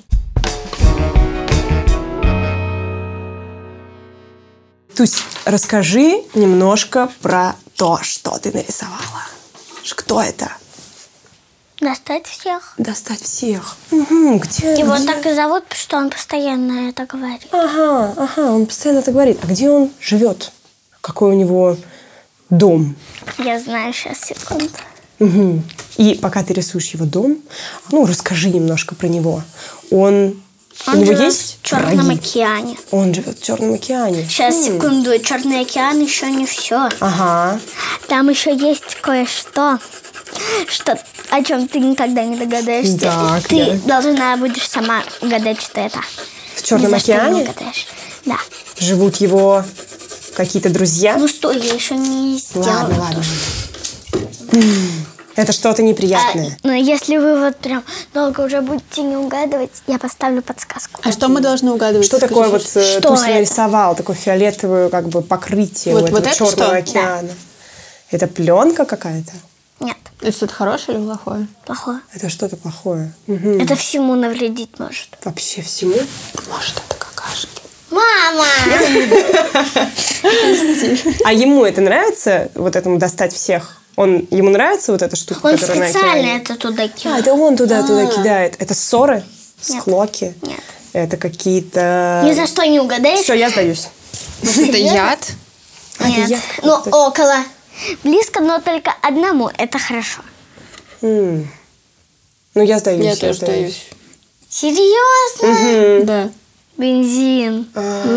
Тусь, расскажи немножко про то, что ты нарисовала. Ш- Кто это? Достать всех. Достать всех. Мгм, где? Его где? так и зовут, что он постоянно это говорит. Ага, ага, он постоянно это говорит. А где он живет? Какой у него дом? Я знаю, сейчас, секунду. Мгм. И пока ты рисуешь его дом, ну, расскажи немножко про него. Он, у Он него живет есть в Черном враги? океане. Он живет в Черном океане. Сейчас, секунду. Черный океан еще не все. Ага. Там еще есть кое-что, что, о чем ты никогда не догадаешься. Так, ты я- должна будешь сама угадать, что это. В Черном Ни за что не океане угадаешь. Да. живут его какие-то друзья. Ну стой, я еще не сделала. Ладно, ладно. М, Это что-то А, неприятное. но если вы вот прям долго уже будете не угадывать, я поставлю подсказку. А что мы должны угадывать? Что Скажи, такое вот что э, Тусь это? нарисовал? Такое фиолетовое как бы покрытие Вот- у этого вот это Черного что? океана. Это пленка какая-то? Нет, Это что-то хорошее или плохое? плохое. Это что-то плохое. Мгм. Это всему навредить может. Вообще всему. Может, это какашки. Мама! А ему это нравится, вот этому достать всех? Он, ему нравится вот эта штука, Он которая на специально океане? это туда А, кинул. это он туда-туда кидает. Это ссоры? Нет. Склоки? Нет. Это какие-то... Ни за что не угадаешь. Все, я сдаюсь. Может, это яд? А, это Нет. яд Ну, какой-то. около. Близко, но только одному. Это хорошо. М. Ну, я сдаюсь. Я тоже сдаюсь. Серьезно? Да. Бензин.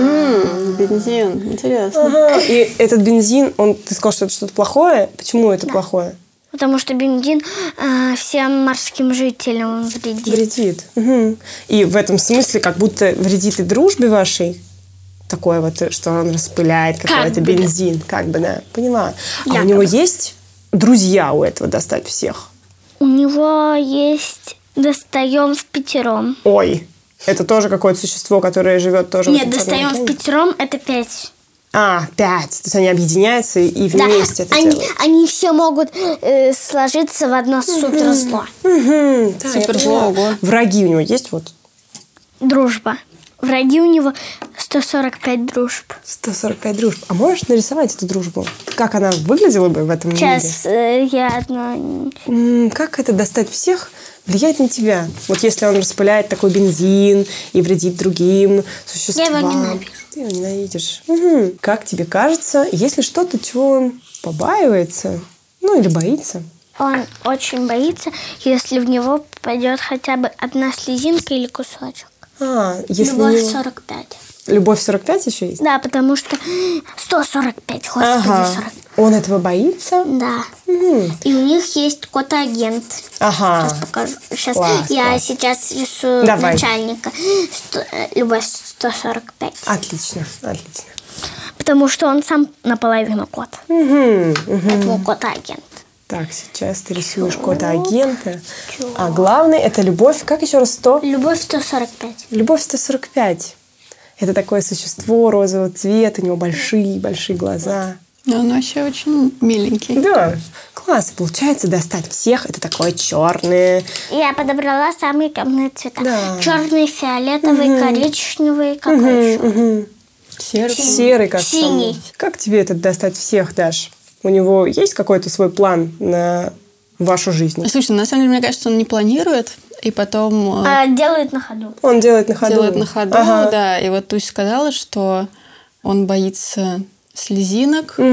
Бензин. Интересно. Ага. И этот бензин, он, ты сказал, что это что-то плохое? Почему это плохое? Потому что бензин э, всем морским жителям вредит. Вредит. Мгм. И в этом смысле как будто вредит и дружбе вашей. Такое вот, что он распыляет какой-то бы, да. бензин. Как бы, да. Поняла. А у Якобы. него есть друзья у этого достать всех? У него есть достаем в пятером. Ой. Это тоже какое-то существо, которое живет тоже в Нет, этом достаем Черном в океане? пятером это пять. А, пять. То есть они объединяются и Да, вместе это они, делают. они все могут э, сложиться в одно суперзло. Мгм. Да, я Суперзло, поняла. ого. Враги у него есть вот? Дружба. Враги у него сто сорок пять дружб. сто сорок пять дружб. А можешь нарисовать эту дружбу? Как она выглядела бы в этом мире? Сейчас э, я одно... М, Как это достать всех влияет на тебя? Вот если он распыляет такой бензин и вредит другим существам. Я его ненавижу. Ты его ненавидишь. Мгм. Как тебе кажется, есть ли что-то, чего он побаивается? Ну, или боится? Он очень боится, если в него попадет хотя бы одна слезинка или кусочек. А, если у Любовь него- сорок пять. Любовь сорок пять еще есть? Да, потому что сто сорок пять, господи, Ага. сорок. Он этого боится? Да. Мгм. И у них есть кот-агент. Ага. Сейчас покажу. Сейчас Класс, я класс. сейчас рисую Давай. начальника. Сто- э, Любовь сто сорок пять. Отлично, отлично. Потому что он сам наполовину кот. Мгм, мгм. Поэтому кот-агент. Так, сейчас ты рисуешь кота-агента. А главное, это любовь. Как еще раз сто? Любовь сто сорок пять. Любовь сто сорок пять. Это такое существо розового цвета, у него большие-большие глаза. Но он вообще очень миленький. Да, класс. Получается, достать всех, это такое черное. Я подобрала самые темные цвета. Да. Черный, фиолетовый, коричневый, какой еще? Серый. Серый, как Синий. там. Как тебе этот достать всех, Даш? У него есть какой-то свой план на в вашу жизнь? Слушай, на самом деле, мне кажется, он не планирует, и потом... А делает на ходу. Он делает на ходу. Делает на ходу, ага. Да. И вот Туся сказала, что он боится слезинок угу.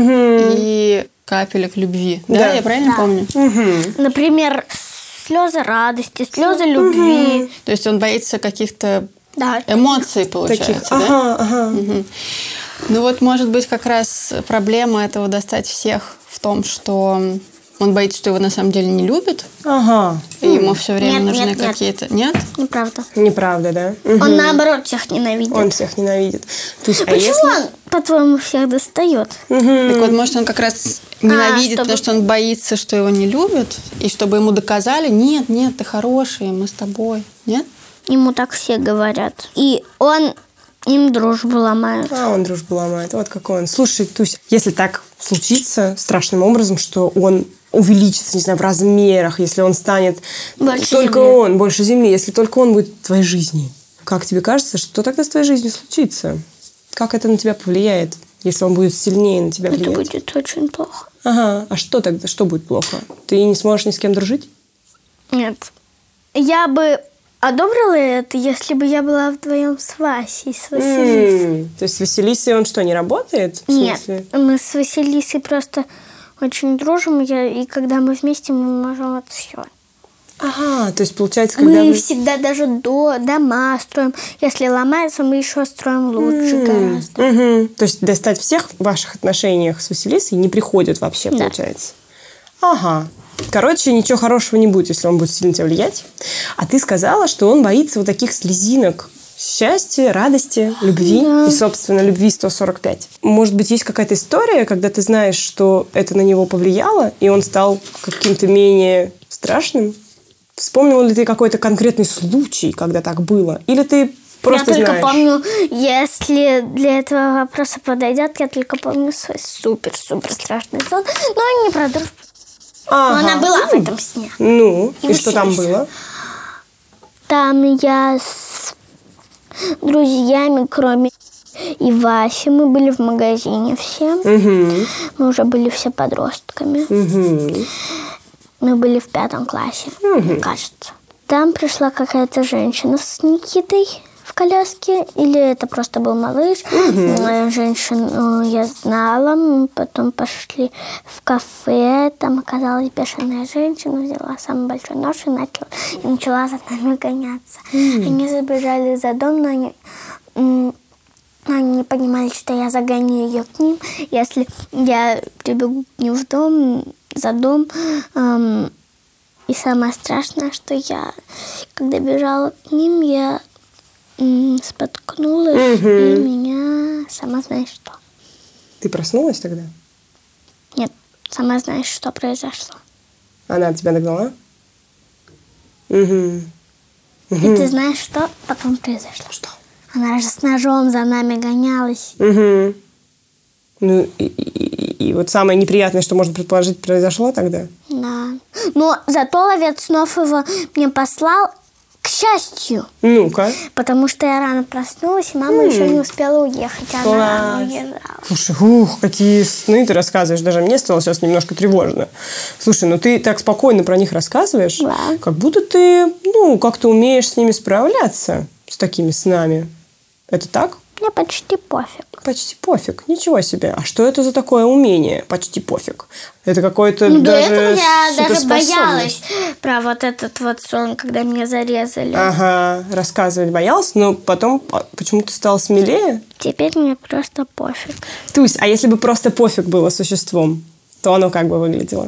и капелек любви. Да, да? Я правильно да. помню? Угу. Например, слезы радости, слезы любви. Угу. То есть он боится каких-то да. эмоций, получается, таких. да? Ага, ага. Угу. Ну вот, может быть, как раз проблема этого достать всех в том, что он боится, что его на самом деле не любят. Ага. И ему все время нет, нужны нет, какие-то... Нет? Неправда. Неправда, да? Он угу. наоборот всех ненавидит. Он всех ненавидит. То есть, почему а если... он, по-твоему, всех достает? Угу. Так вот, может, он как раз ненавидит, а, чтобы... потому что он боится, что его не любят, и чтобы ему доказали, нет, нет, ты хороший, мы с тобой. Нет? Ему так все говорят. И он им дружбу ломает. А, он дружбу ломает. Вот какой он. Слушай, Тусь, если так случится страшным образом, что он увеличится, не знаю, в размерах, если он станет больше только земли. он, больше земли, если только он будет в твоей жизни, как тебе кажется, что тогда с твоей жизнью случится? Как это на тебя повлияет, если он будет сильнее на тебя влиять? Это будет очень плохо. Ага. А что тогда? Что будет плохо? Ты не сможешь ни с кем дружить? Нет. Я бы одобрила это, если бы я была вдвоем с Васей, с Василисой. Mm. То есть с Василисой он что, не работает? Нет. Мы с Василисой просто очень дружим, и, и когда мы вместе, мы можем это все. Ага, то есть получается, когда мы вы... всегда даже до, дома строим. Если ломается, мы еще строим лучше mm. гораздо. Mm-hmm. То есть достать всех в ваших отношениях с Василисой не приходит вообще, да. получается? Ага. Короче, ничего хорошего не будет, если он будет сильно тебя влиять. А ты сказала, что он боится вот таких слезинок счастья, радости, любви. Да. И, собственно, любви сто сорок пять. Может быть, есть какая-то история, когда ты знаешь, что это на него повлияло, и он стал каким-то менее страшным? Вспомнила ли ты какой-то конкретный случай, когда так было? Или ты просто знаешь? Я знаешь? только помню, если для этого вопроса подойдет, я только помню свой супер-супер страшный сон. Но не про дружбу. Ага. Но она была в этом сне. Ну, и, и что там было? Там я с друзьями, кроме и Васи, мы были в магазине все. Угу. Мы уже были все подростками. Угу. Мы были в пятом классе, угу. мне кажется. Там пришла какая-то женщина с Никитой в коляске, или это просто был малыш. Угу. Женщину я знала, мы потом пошли в кафе, там оказалась бешеная женщина, взяла самый большой нож и начала, и начала за нами гоняться. Угу. Они забежали за дом, но они, они не понимали, что я загоню ее к ним. Если я прибегу к ним в дом, за дом, эм, и самое страшное, что я, когда бежала к ним, я споткнулась, угу. и меня сама знаешь что. Ты проснулась тогда? Нет, сама знаешь, что произошло. Она тебя догнала? Угу. Угу. И ты знаешь, что потом произошло? Что? Она же с ножом за нами гонялась. Угу. Ну, и, и, и вот самое неприятное, что можно предположить, произошло тогда? Да. Но зато ловец снов его мне послал, к счастью. Ну-ка. Потому что я рано проснулась, и мама mm. еще не успела уехать. Она Класс. рано уезжала. Слушай, ух, какие сны ты рассказываешь. Даже мне стало сейчас немножко тревожно. Слушай, ну ты так спокойно про них рассказываешь, да. как будто ты, ну, как-то умеешь с ними справляться, с такими снами. Это так? Мне почти пофиг. Почти пофиг. Ничего себе. А что это за такое умение? Почти пофиг. Это какое-то ну, даже до этого я даже суперспособность. боялась про вот этот вот сон, когда меня зарезали. Ага, рассказывать боялась, но потом почему-то стала смелее. Теперь мне просто пофиг. Тусь, а если бы просто пофиг было существом, то оно как бы выглядело?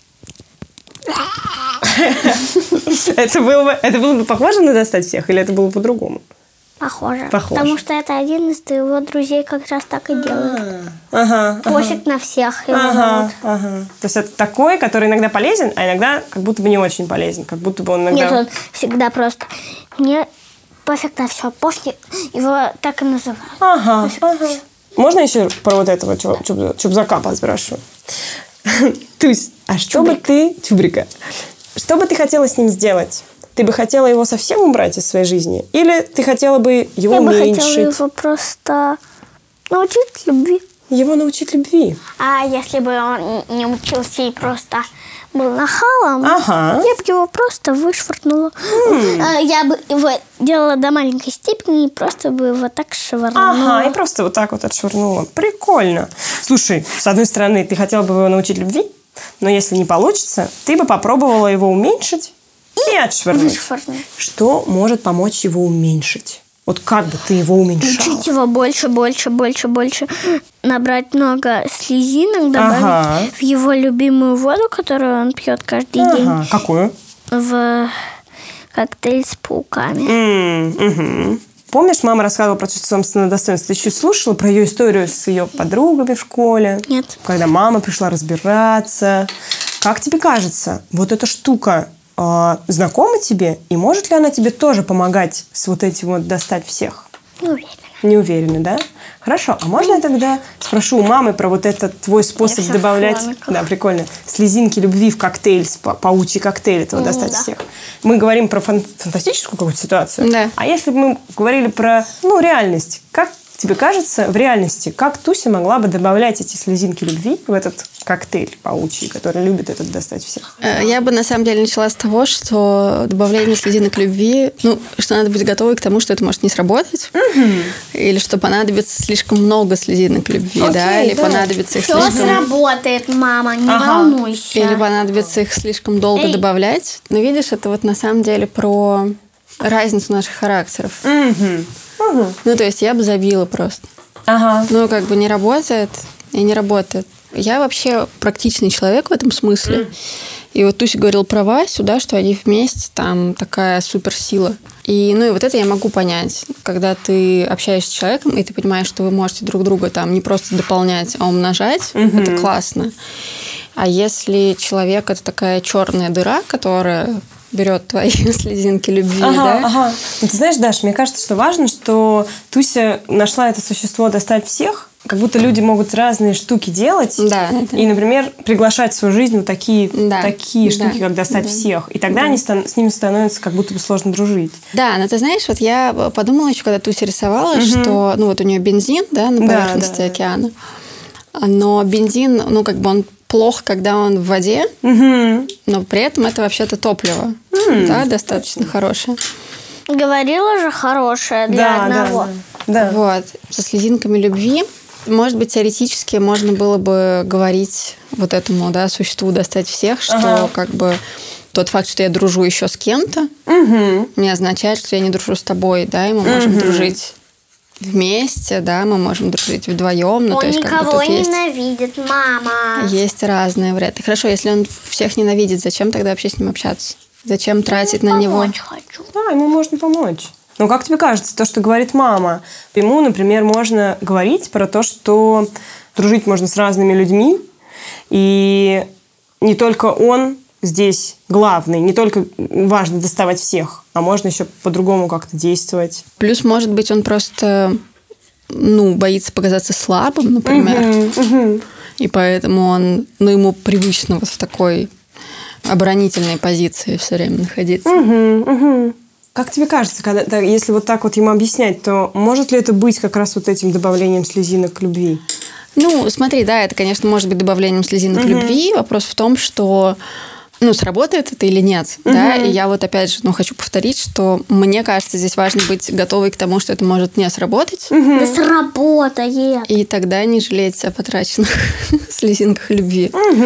Это было бы это было бы похоже на достать всех, или это было бы по-другому? Похоже. Похоже. Потому что это один из его друзей как раз так и делает. Ага, пофиг ага. на всех его ага, зовут. ага. То есть это такой, который иногда полезен, а иногда как будто бы не очень полезен. Как будто бы он иногда... Нет, он всегда просто... Мне пофиг на все. Пофиг его так и называют. Ага, ага. Можно еще про вот этого чуб, чуб, чубзака поспрашиваю? Тусь, а что бы ты... Чубрика. Что бы ты хотела с ним сделать? Ты бы хотела его совсем убрать из своей жизни? Или ты хотела бы его Я уменьшить? Я бы хотела его просто научить любви. его научить любви? А если бы он не учился и просто был нахалом, Ага. я бы его просто вышвырнула. А, Я бы его делала до маленькой степени и просто бы его так швырнула. Ага, и просто вот так вот отшвырнула. Прикольно. Слушай, с одной стороны, ты хотела бы его научить любви, но если не получится, ты бы попробовала его уменьшить и отшвырнуть. Вышвырнула. Что может помочь его уменьшить? Вот как бы ты его уменьшала? Учить его больше, больше, больше, больше. Набрать много слезинок, добавить Ага. в его любимую воду, которую он пьет каждый день, Ага. Какую? в коктейль с пауками. М, мгм. Помнишь, мама рассказывала про чувство собственного достоинства? Ты еще слушала про ее историю с ее подругами в школе? Нет. Когда мама пришла разбираться. Как тебе кажется, вот эта штука э, знакома тебе? И может ли она тебе тоже помогать с вот этим вот достать всех? Не уверена. Не уверена, да? Хорошо, а можно я тогда спрошу у мамы про вот этот твой способ Я вся в добавлять... фломиках. Да, прикольно. Слезинки любви в коктейль, с па- паучий коктейль этого Ну, достать да. всех. Мы говорим про фан- фантастическую какую-то ситуацию. Да. А если бы мы говорили про, ну, реальность, как тебе кажется, в реальности, как Туся могла бы добавлять эти слезинки любви в этот коктейль паучий, который любит этот достать всех? Э, Я бы на самом деле начала с того, что добавление слезинок любви, ну, что надо быть готовой к тому, что это может не сработать, или что понадобится слишком много слезинок любви, Окей, да, или да. понадобится их Все слишком... сработает, мама, не Ага. волнуйся. Или понадобится их слишком долго Эй. добавлять. Но видишь, это вот на самом деле про разницу наших характеров. Мгм. Мгм. Ну, то есть я бы забила просто. Ага. Ну, как бы не работает и не работает. Я вообще практичный человек в этом смысле. И вот Туся говорил про Васю, да, что они вместе, там такая суперсила. И, ну, и вот это я могу понять. Когда ты общаешься с человеком, и ты понимаешь, что вы можете друг друга там не просто дополнять, а умножать, это классно. А если человек – это такая черная дыра, которая берет твои слезинки любви, Ага, да? ага. Ну, ты знаешь, Даш, мне кажется, что важно, что Туся нашла это существо достать всех, как будто люди могут разные штуки делать. Да, это- И, например, приглашать в свою жизнь вот такие, Да, такие да, штуки, как достать да. всех. И тогда они стан- с ними становится как будто бы сложно дружить. Да, но ты знаешь, вот я подумала еще, когда Туся рисовала, что, ну, вот у нее бензин, да, на Да, поверхности да. океана. Но бензин, ну, как бы он плох, когда он в воде, Мгм. но при этом это вообще-то топливо, да, достаточно хорошее. Говорила же хорошая для Да, да, одного. да. Да. Вот, со слезинками любви. Может быть, теоретически можно было бы говорить вот этому, да, существу достать всех, что Ага. как бы тот факт, что я дружу еще с кем-то, Мгм. не означает, что я не дружу с тобой, да, и мы можем дружить вместе, да, мы можем дружить вдвоем. Ну, Он то есть, как бы никого тут есть, ненавидит, мама. есть разные варианты. Хорошо, если он всех ненавидит, зачем тогда вообще с ним общаться? Зачем тратить на него? Помочь хочу. Да, ему можно помочь. Ну, как тебе кажется, то, что говорит мама? Ему, например, можно говорить про то, что дружить можно с разными людьми, и не только он здесь главный, не только важно доставать всех, а можно еще по-другому как-то действовать. Плюс, может быть, он просто, ну, боится показаться слабым, например, и поэтому он, ну, ему привычно вот в такой оборонительной позиции все время находиться. Мгм, мгм. Как тебе кажется, когда, да, если вот так вот ему объяснять, то может ли это быть как раз вот этим добавлением слезинок к любви? Ну, смотри, да, это, конечно, может быть добавлением слезинок любви. Вопрос в том, что, ну, сработает это или нет, да, и я вот опять же, ну, хочу повторить, что мне кажется, здесь важно быть готовой к тому, что это может не сработать, Да сработает. и тогда не жалеть о потраченных слезинках любви.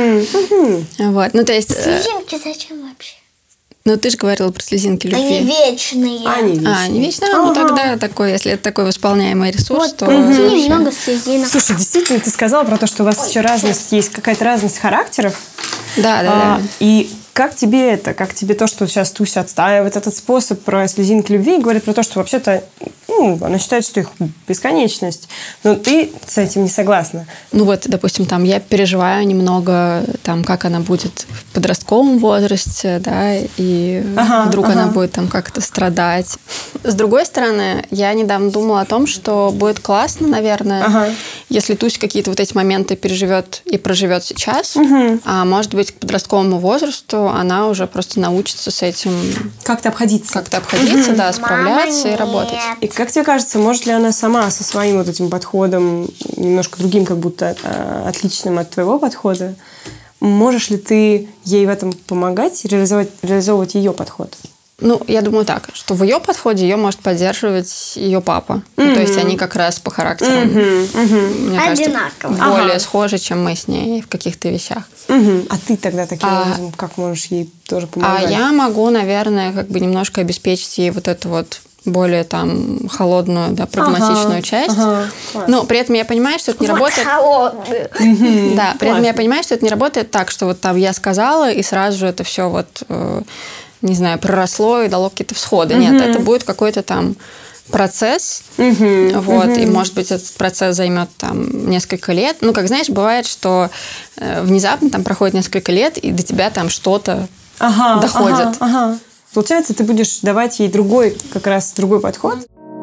Вот, ну, то есть, э, Слезинки зачем вообще? ну, ты же говорила про слезинки Они любви. вечные. Они А, не вечно, ну, тогда такой, если это такой восполняемый ресурс, то Кинь вообще- немного слезинок. Слушай, действительно, ты сказала про то, что у вас еще разность есть, какая-то разность характеров. Да, да, А, да. и как тебе это? Как тебе то, что сейчас Туся отстаивает этот способ про слезинки любви и говорит про то, что вообще-то, ну, она считает, что их бесконечность. Но ты с этим не согласна. Ну вот, допустим, там я переживаю немного, там, как она будет в подростковом возрасте, да, и Ага, вдруг ага. она будет там как-то страдать. С другой стороны, я недавно думала о том, что будет классно, наверное, Ага. если Туся какие-то вот эти моменты переживет и проживет сейчас, а может быть, к подростковому возрасту она уже просто научится с этим Как-то обходиться. как-то обходиться, да, справляться Мама, и работать. нет. И как тебе кажется, может ли она сама со своим вот этим подходом немножко другим, как будто отличным от твоего подхода. Можешь ли ты ей в этом помогать, реализовать, реализовывать ее подход? Ну, я думаю так, что в ее подходе ее может поддерживать ее папа. Mm-hmm. Ну, то есть они как раз по характеру, mm-hmm. Mm-hmm. мне одинаково. Кажется, более ага. схожи, чем мы с ней в каких-то вещах. Mm-hmm. А ты тогда таким а, образом, как можешь ей тоже помогать? А я могу, наверное, как бы немножко обеспечить ей вот эту вот более там холодную, да, прагматичную ага, часть. Ага, но при этом я понимаю, что это не вот работает. Холодную. Да, при этом я понимаю, что это не работает так, что вот там я сказала, и сразу же это все вот, э, не знаю, проросло и дало какие-то всходы. Нет, это будет какой-то там процесс, вот, и, может быть, этот процесс займет там несколько лет. Ну, как знаешь, бывает, что э, внезапно там проходит несколько лет, и до тебя там что-то ага, доходит. Ага, ага. Получается, ты будешь давать ей другой, как раз другой подход?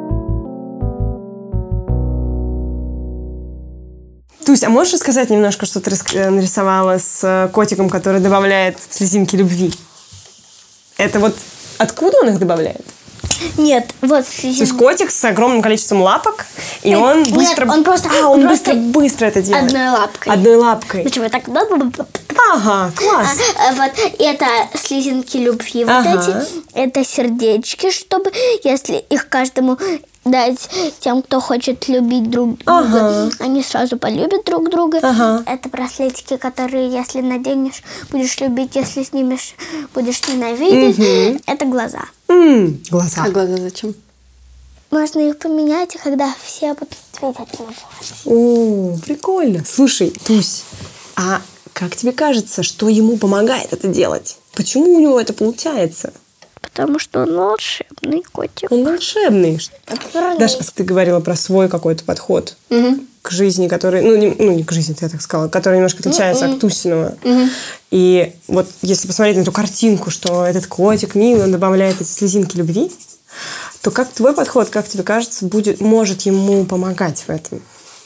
Тусь, а можешь рассказать немножко, что ты нарисовала с котиком, который добавляет слезинки любви? Это вот откуда он их добавляет? Нет, вот. То есть котик с огромным количеством лапок, и нет, он быстро... Нет, он просто... А, он, он просто быстро, быстро это делает. Одной лапкой. Одной лапкой. Почему так? Ага, класс. А, вот это слезинки любви, вот ага. эти. Это сердечки, чтобы, если их каждому дать тем, кто хочет любить друг друга, ага. они сразу полюбят друг друга. Ага. Это браслетики, которые, если наденешь, будешь любить, если снимешь, будешь ненавидеть. Угу. Это глаза. М-м, глаза. А глаза зачем? Можно их поменять, когда все будут видеть на вас. О, прикольно. Слушай, Тусь, а как тебе кажется, что ему помогает это делать? Почему у него это получается? Потому что он волшебный котик. Он волшебный. Даша, ты говорила про свой какой-то подход угу. к жизни, который... Ну не, ну, не к жизни, я так сказала. Который немножко отличается угу. от Тусиного. Угу. И вот если посмотреть на эту картинку, что этот котик милый, он добавляет эти слезинки любви, то как твой подход, как тебе кажется, будет, может ему помогать в этом?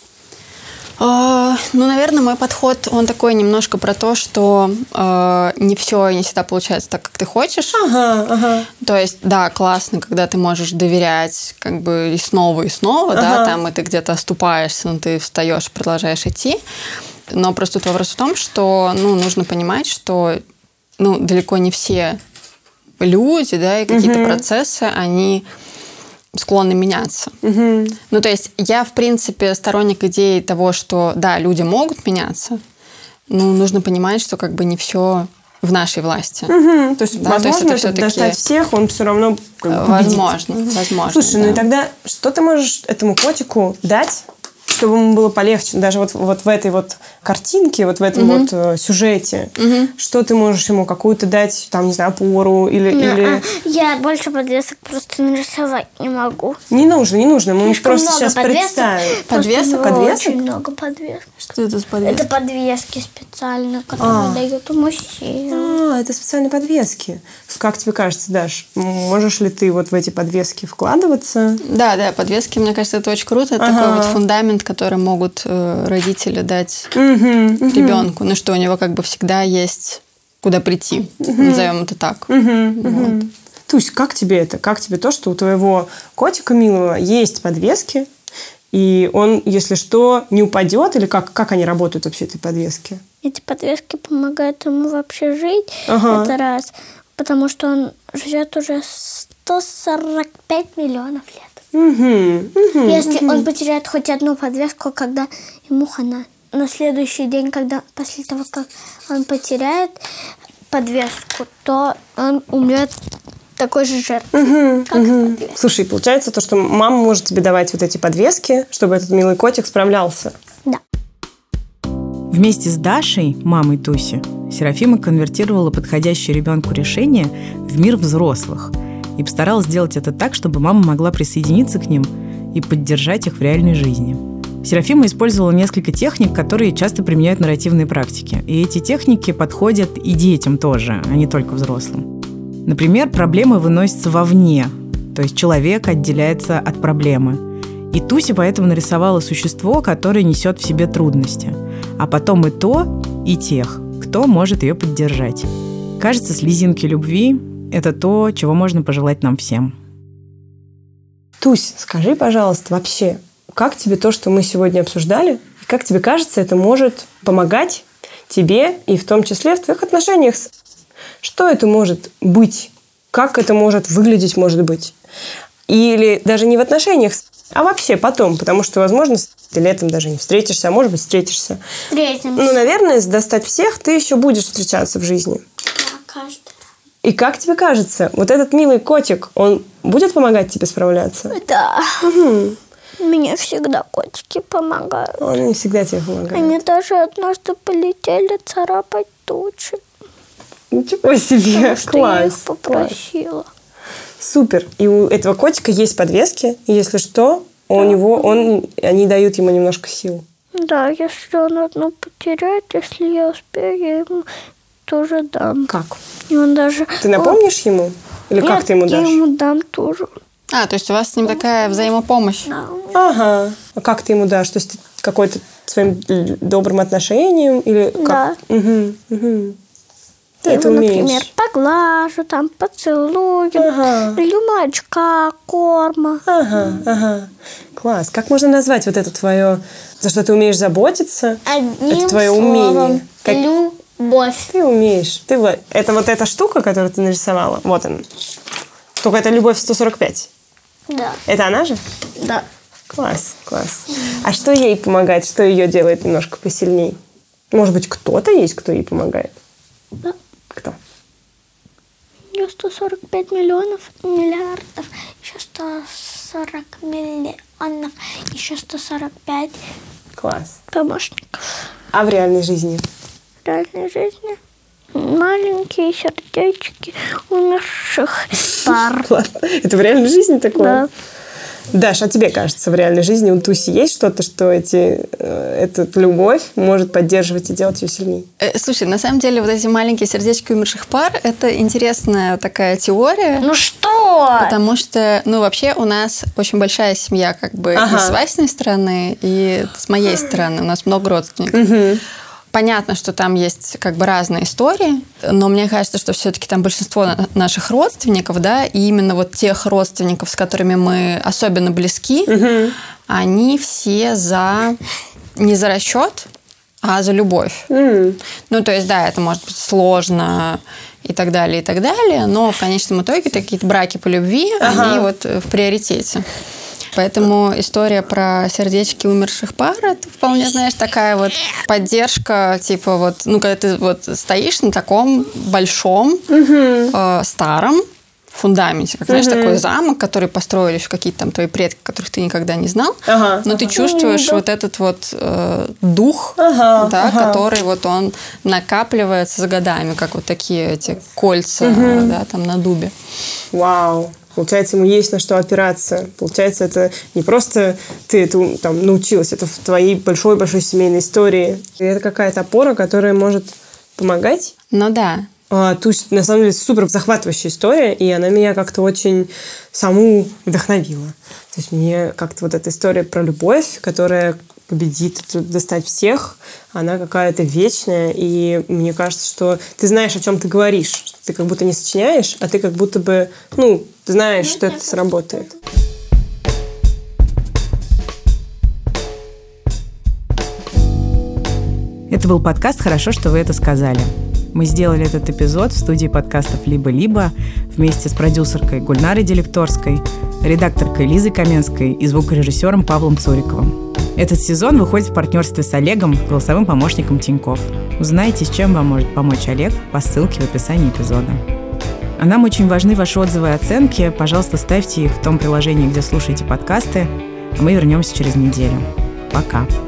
Uh, ну, наверное, мой подход, он такой немножко про то, что uh, не все и не всегда получается так, как ты хочешь. Ага, ага. То есть, да, классно, когда ты можешь доверять как бы и снова, и снова, ага. да, там, и ты где-то оступаешься, но ты встаешь, продолжаешь идти. Но просто тут вопрос в том, что, ну, нужно понимать, что, ну, далеко не все люди, да, и какие-то угу. процессы, они... склонны меняться. Угу. Ну, то есть я, в принципе, сторонник идеи того, что, да, люди могут меняться, но нужно понимать, что как бы не все в нашей власти. Угу. То есть, да, возможно, то есть это достать всех, он все равно как бы, возможно, возможно. Слушай, да. ну и тогда что ты можешь этому котику дать, чтобы ему было полегче, даже вот, вот в этой вот картинке, вот в этом угу. вот э, сюжете, угу. что ты можешь ему какую-то дать, там, не знаю, опору или... Не, или... А, я больше подвесок просто нарисовать не могу. Не нужно, не нужно, мы Слишком просто сейчас подвесок, представим. Подвесок? Подвесок? Очень много подвесок. Что это за подвески? Это подвески специально, которые а. дают в музее. А, это специальные подвески. Как тебе кажется, Даш, можешь ли ты вот в эти подвески вкладываться? Да, да, подвески, мне кажется, это очень круто. Это ага. такой вот фундамент, который могут э, родители дать угу, ребенку. Угу. Ну, что у него как бы всегда есть куда прийти. Угу. Назовем это так. Угу, вот. угу. Тусь, как тебе это? Как тебе то, что у твоего котика милого есть подвески, и он, если что, не упадет? Или как, как они работают вообще, эти подвески? Эти подвески помогают ему вообще жить. Ага. Это раз. Потому что он живет уже сто сорок пять миллионов лет. Угу, угу, Если угу. он потеряет хоть одну подвеску, когда ему хана. На следующий день, когда после того, как он потеряет подвеску, то он умрет такой же жертвой, угу, как угу. подвеска. Слушай, получается то, что мама может тебе давать вот эти подвески, чтобы этот милый котик справлялся. Да. Вместе с Дашей, мамой Туси, Серафима конвертировала подходящее ребенку решение в мир взрослых и постаралась сделать это так, чтобы мама могла присоединиться к ним и поддержать их в реальной жизни. Серафима использовала несколько техник, которые часто применяют нарративные практики. И эти техники подходят и детям тоже, а не только взрослым. Например, проблемы выносятся вовне, то есть человек отделяется от проблемы. И Туся поэтому нарисовала существо, которое несет в себе трудности, а потом и то, и тех, кто может ее поддержать. Кажется, слезинки любви – это то, чего можно пожелать нам всем. Тусь, скажи, пожалуйста, вообще, как тебе то, что мы сегодня обсуждали, и как тебе кажется, это может помогать тебе и в том числе в твоих отношениях? Что это может быть? Как это может выглядеть, может быть? Или даже не в отношениях, а вообще потом, потому что, возможно, ты летом даже не встретишься, а может быть, встретишься. Встретимся. Ну, наверное, достать всех ты еще будешь встречаться в жизни. Да, каждый. И как тебе кажется, вот этот милый котик, он будет помогать тебе справляться? Да. Угу. Мне всегда котики помогают. Он не всегда тебе помогает. Они даже однажды полетели царапать тучи. Ничего себе, Потому что класс. я их попросила. Класс. Супер. И у этого котика есть подвески, и если что, у него он, они дают ему немножко сил. Да, если он одну потеряет, если я успею, я ему тоже дам. Как? И он даже... Ты напомнишь ему? Или Нет, как ты ему я дашь? ему дам тоже. А, то есть у вас с ним такая взаимопомощь? Да. Ага. А как ты ему дашь? То есть ты какой-то своим добрым отношением? Или как? Да. Угу, угу. Ты Я это его, умеешь? например, поглажу, там, поцелую, Ага. лью молочка, корма. Ага, ага. Класс. Как можно назвать вот это твое, за что ты умеешь заботиться? Одним это твое словом, умение. Как- любовь. Ты умеешь. Ты вот... Это вот эта штука, которую ты нарисовала. Вот она. Только это любовь сто сорок пять. Да, Это она же? да. Класс, класс. А что ей помогает? Что ее делает немножко посильней? Может быть, кто-то есть, кто ей помогает? Да. Кто? Мне сто сорок пять миллионов, миллиардов, еще сто сорок миллионов, еще сто сорок пять Класс. помощников А в реальной жизни? в реальной жизни. Маленькие сердечки умерших пар. Ладно. Это в реальной жизни такое? Да. Даш, а тебе кажется, в реальной жизни у Туси есть что-то, что эти, э, эту любовь может поддерживать и делать ее сильнее? Э, слушай, на самом деле вот эти маленькие сердечки умерших пар – это интересная такая теория. Ну что? Потому что, ну, вообще у нас очень большая семья, как бы, Ага. и с Васиной стороны, и с моей стороны. У нас много родственников. Угу. Понятно, что там есть как бы разные истории, но мне кажется, что все-таки там большинство на- наших родственников, да, и именно вот тех родственников, с которыми мы особенно близки, Угу. они все за не за расчет, а за любовь. М. Ну, то есть, да, это может быть сложно и так далее, и так далее, но в конечном итоге какие-то браки по любви, Ага. они вот в приоритете. Поэтому история про сердечки умерших пар – это вполне, знаешь, такая вот поддержка, типа вот, ну, когда ты вот стоишь на таком большом, э, старом фундаменте, как, знаешь, такой замок, который построили еще какие-то там твои предки, которых ты никогда не знал, Ага. но ты чувствуешь вот этот вот э, дух, Ага, да, ага. который вот он накапливается за годами, как вот такие эти кольца, да, там на дубе. Вау. Получается, ему есть на что опираться. Получается, это не просто ты это, там, научилась, это в твоей большой-большой семейной истории. И это какая-то опора, которая может помогать. Ну да. А, Тусь, на самом деле, супер захватывающая история, и она меня как-то очень саму вдохновила. То есть мне как-то вот эта история про любовь, которая победит, достать всех, она какая-то вечная, и мне кажется, что ты знаешь, о чем ты говоришь, что ты как будто не сочиняешь, а ты как будто бы, ну, знаешь, что это сработает. Это был подкаст «Хорошо, что вы это сказали». Мы сделали этот эпизод в студии подкастов «Либо-либо» вместе с продюсеркой Гульнарой Делекторской, редакторкой Лизой Каменской и звукорежиссером Павлом Цуриковым. Этот сезон выходит в партнерстве с Олегом, голосовым помощником Тинькофф. Узнайте, с чем вам может помочь Олег по ссылке в описании эпизода. А нам очень важны ваши отзывы и оценки. Пожалуйста, ставьте их в том приложении, где слушаете подкасты. А мы вернемся через неделю. Пока.